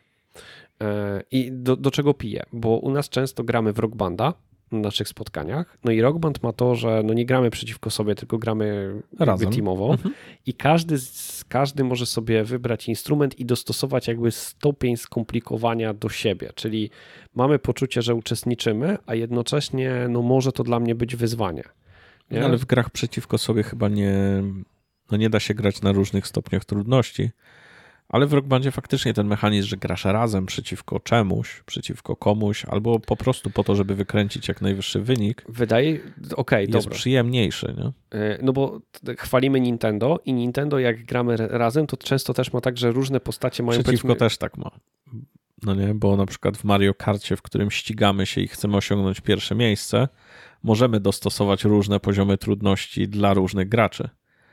I do czego piję? Bo u nas często gramy w Rock Banda na naszych spotkaniach, no i Rock Band ma to, że no nie gramy przeciwko sobie, tylko gramy razem, teamowo i każdy może sobie wybrać instrument i dostosować jakby stopień skomplikowania do siebie, czyli mamy poczucie, że uczestniczymy, a jednocześnie no może to dla mnie być wyzwanie. Nie? Ale w grach przeciwko sobie chyba nie da się grać na różnych stopniach trudności, ale w Rock Bandzie faktycznie ten mechanizm, że grasz razem przeciwko czemuś, przeciwko komuś, albo po prostu po to, żeby wykręcić jak najwyższy wynik, jest przyjemniejszy. Nie? No bo chwalimy Nintendo i Nintendo jak gramy razem, to często też ma tak, że różne postacie mają... Przeciwko też tak ma. No nie, bo na przykład w Mario Karcie, w którym ścigamy się i chcemy osiągnąć pierwsze miejsce, możemy dostosować różne poziomy trudności dla różnych graczy.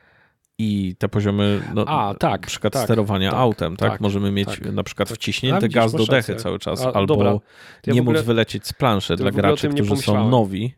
I te poziomy, na przykład sterowania autem, tak? Możemy mieć na przykład wciśnięty gaz do dechy cały czas, albo nie móc wylecieć z planszy dla graczy, którzy są nowi.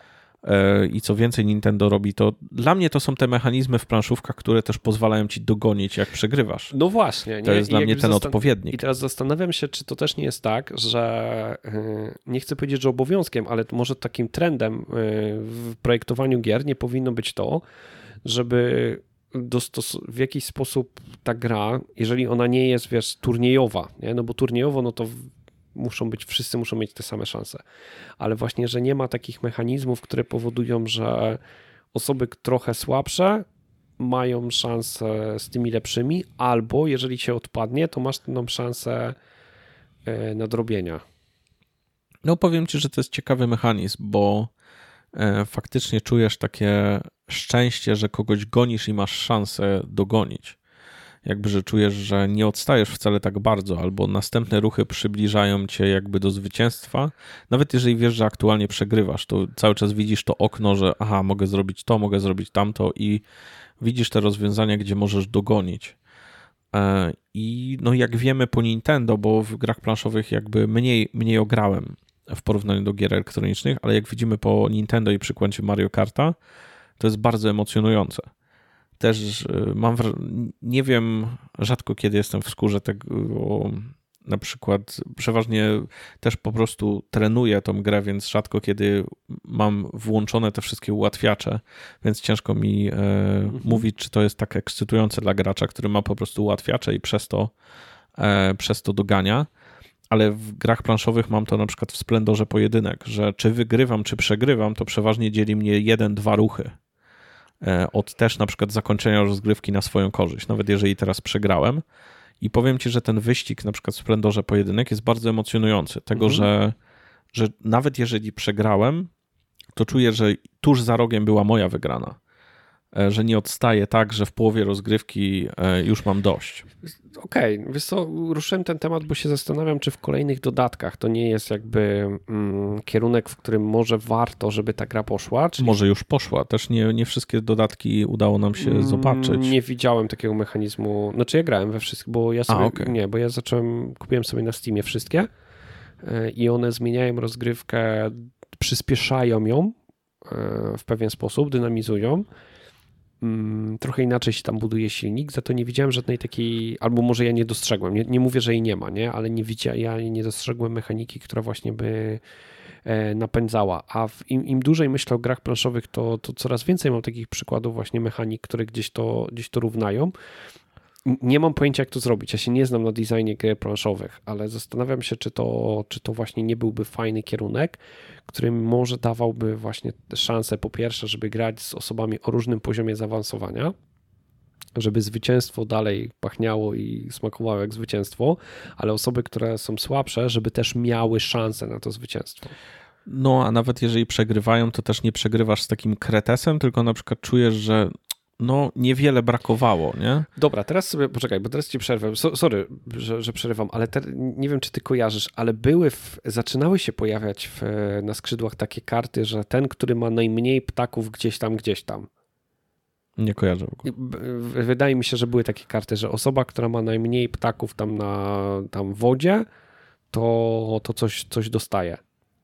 I co więcej Nintendo robi, to dla mnie to są te mechanizmy w planszówkach, które też pozwalają ci dogonić, jak przegrywasz. No właśnie. Nie? To jest dla mnie ten odpowiednik. I teraz zastanawiam się, czy to też nie jest tak, że nie chcę powiedzieć, że obowiązkiem, ale może takim trendem w projektowaniu gier nie powinno być to, żeby w jakiś sposób ta gra, jeżeli ona nie jest, turniejowa, nie? No bo turniejowo, no to wszyscy muszą mieć te same szanse, ale właśnie, że nie ma takich mechanizmów, które powodują, że osoby trochę słabsze mają szansę z tymi lepszymi, albo jeżeli się odpadnie, to masz tą szansę nadrobienia. No powiem ci, że to jest ciekawy mechanizm, bo faktycznie czujesz takie szczęście, że kogoś gonisz i masz szansę dogonić. Jakby, że czujesz, że nie odstajesz wcale tak bardzo, albo następne ruchy przybliżają cię jakby do zwycięstwa. Nawet jeżeli wiesz, że aktualnie przegrywasz, to cały czas widzisz to okno, że mogę zrobić to, mogę zrobić tamto i widzisz te rozwiązania, gdzie możesz dogonić. I no jak wiemy po Nintendo, bo w grach planszowych jakby mniej ograłem w porównaniu do gier elektronicznych, ale jak widzimy po Nintendo i przykładzie Mario Karta, to jest bardzo emocjonujące. Też nie wiem, rzadko kiedy jestem w skórze tego, na przykład przeważnie też po prostu trenuję tą grę, więc rzadko kiedy mam włączone te wszystkie ułatwiacze, więc ciężko mi mówić, czy to jest tak ekscytujące dla gracza, który ma po prostu ułatwiacze i przez to dogania. Ale w grach planszowych mam to na przykład w Splendorze pojedynek, że czy wygrywam, czy przegrywam, to przeważnie dzieli mnie 1-2 ruchy od też na przykład zakończenia rozgrywki na swoją korzyść, nawet jeżeli teraz przegrałem. I powiem ci, że ten wyścig na przykład w Splendorze pojedynek jest bardzo emocjonujący. Tego, że nawet jeżeli przegrałem, to czuję, że tuż za rogiem była moja wygrana. Że nie odstaję tak, że w połowie rozgrywki już mam dość. Okej, wiesz co, ruszyłem ten temat, bo się zastanawiam, czy w kolejnych dodatkach to nie jest jakby kierunek, w którym może warto, żeby ta gra poszła. Czyli... Może już poszła, też nie wszystkie dodatki udało nam się zobaczyć. Nie widziałem takiego mechanizmu, znaczy ja grałem we wszystkich, bo ja sobie, bo ja kupiłem sobie na Steamie wszystkie i one zmieniają rozgrywkę, przyspieszają ją w pewien sposób, dynamizują. Trochę inaczej się tam buduje silnik, za to nie widziałem żadnej takiej, albo może ja nie dostrzegłem, nie mówię, że jej nie ma, nie? Ale ja nie dostrzegłem mechaniki, która właśnie by napędzała, a im dłużej myślę o grach planszowych, to coraz więcej mam takich przykładów właśnie mechanik, które gdzieś to równają. Nie mam pojęcia, jak to zrobić. Ja się nie znam na designie gier planszowych, ale zastanawiam się, czy to właśnie nie byłby fajny kierunek, który może dawałby właśnie szansę, po pierwsze, żeby grać z osobami o różnym poziomie zaawansowania, żeby zwycięstwo dalej pachniało i smakowało jak zwycięstwo, ale osoby, które są słabsze, żeby też miały szansę na to zwycięstwo. No, a nawet jeżeli przegrywają, to też nie przegrywasz z takim kretesem, tylko na przykład czujesz, że no niewiele brakowało, nie? Dobra, teraz sobie, poczekaj, bo teraz ci przerwę. Sorry, że przerywam, ale nie wiem, czy ty kojarzysz, ale zaczynały się pojawiać na skrzydłach takie karty, że ten, który ma najmniej ptaków gdzieś tam. Nie kojarzę w ogóle. Wydaje mi się, że były takie karty, że osoba, która ma najmniej ptaków tam na wodzie, to coś dostaje.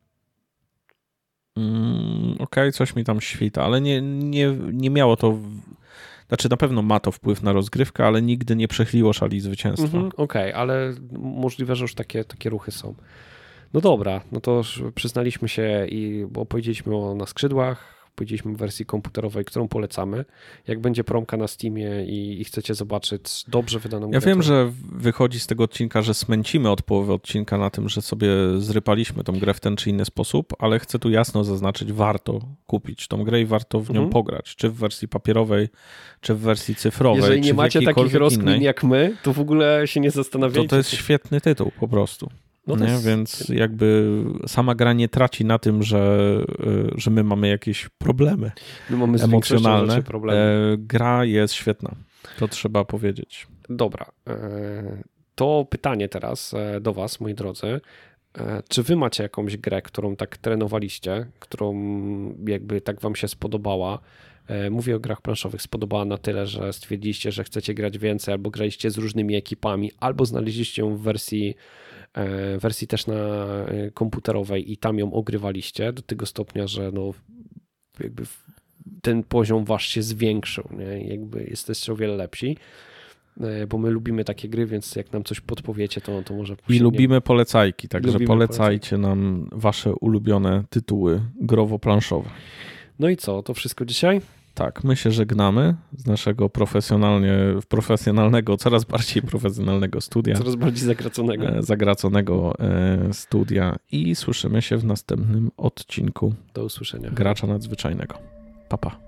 Okej, coś mi tam świta, ale nie miało to... Znaczy na pewno ma to wpływ na rozgrywkę, ale nigdy nie przechyliło szali zwycięstwa. Okej, ale możliwe, że już takie ruchy są. No dobra, no to już przyznaliśmy się bo opowiedzieliśmy na skrzydłach, powiedzieliśmy w wersji komputerowej, którą polecamy. Jak będzie promka na Steamie i chcecie zobaczyć dobrze wydaną grę. Ja wiem, że wychodzi z tego odcinka, że smęcimy od połowy odcinka na tym, że sobie zrypaliśmy tą grę w ten czy inny sposób, ale chcę tu jasno zaznaczyć, warto kupić tą grę i warto w nią pograć, czy w wersji papierowej, czy w wersji cyfrowej. Jeżeli nie czy macie takich rozkmin innej, jak my, to w ogóle się nie zastanawiajcie. To jest świetny tytuł po prostu. No Więc jakby sama gra nie traci na tym, że my mamy jakieś problemy emocjonalne. Gra jest świetna. To trzeba powiedzieć. Dobra. To pytanie teraz do was, moi drodzy. Czy wy macie jakąś grę, którą tak trenowaliście, którą jakby tak wam się spodobała? Mówię o grach planszowych, spodobała na tyle, że stwierdziliście, że chcecie grać więcej, albo graliście z różnymi ekipami, albo znaleźliście ją w wersji też na komputerowej i tam ją ogrywaliście do tego stopnia, że no jakby ten poziom wasz się zwiększył, nie? Jakby jesteście o wiele lepsi, bo my lubimy takie gry, więc jak nam coś podpowiecie, to może... I lubimy polecajki, także polecajcie nam wasze ulubione tytuły growo-planszowe. No i co, to wszystko dzisiaj? Tak, my się żegnamy z naszego profesjonalnego, coraz bardziej profesjonalnego studia. Coraz bardziej zagraconego studia i słyszymy się w następnym odcinku. Do usłyszenia. Gracza Nadzwyczajnego. Pa, pa.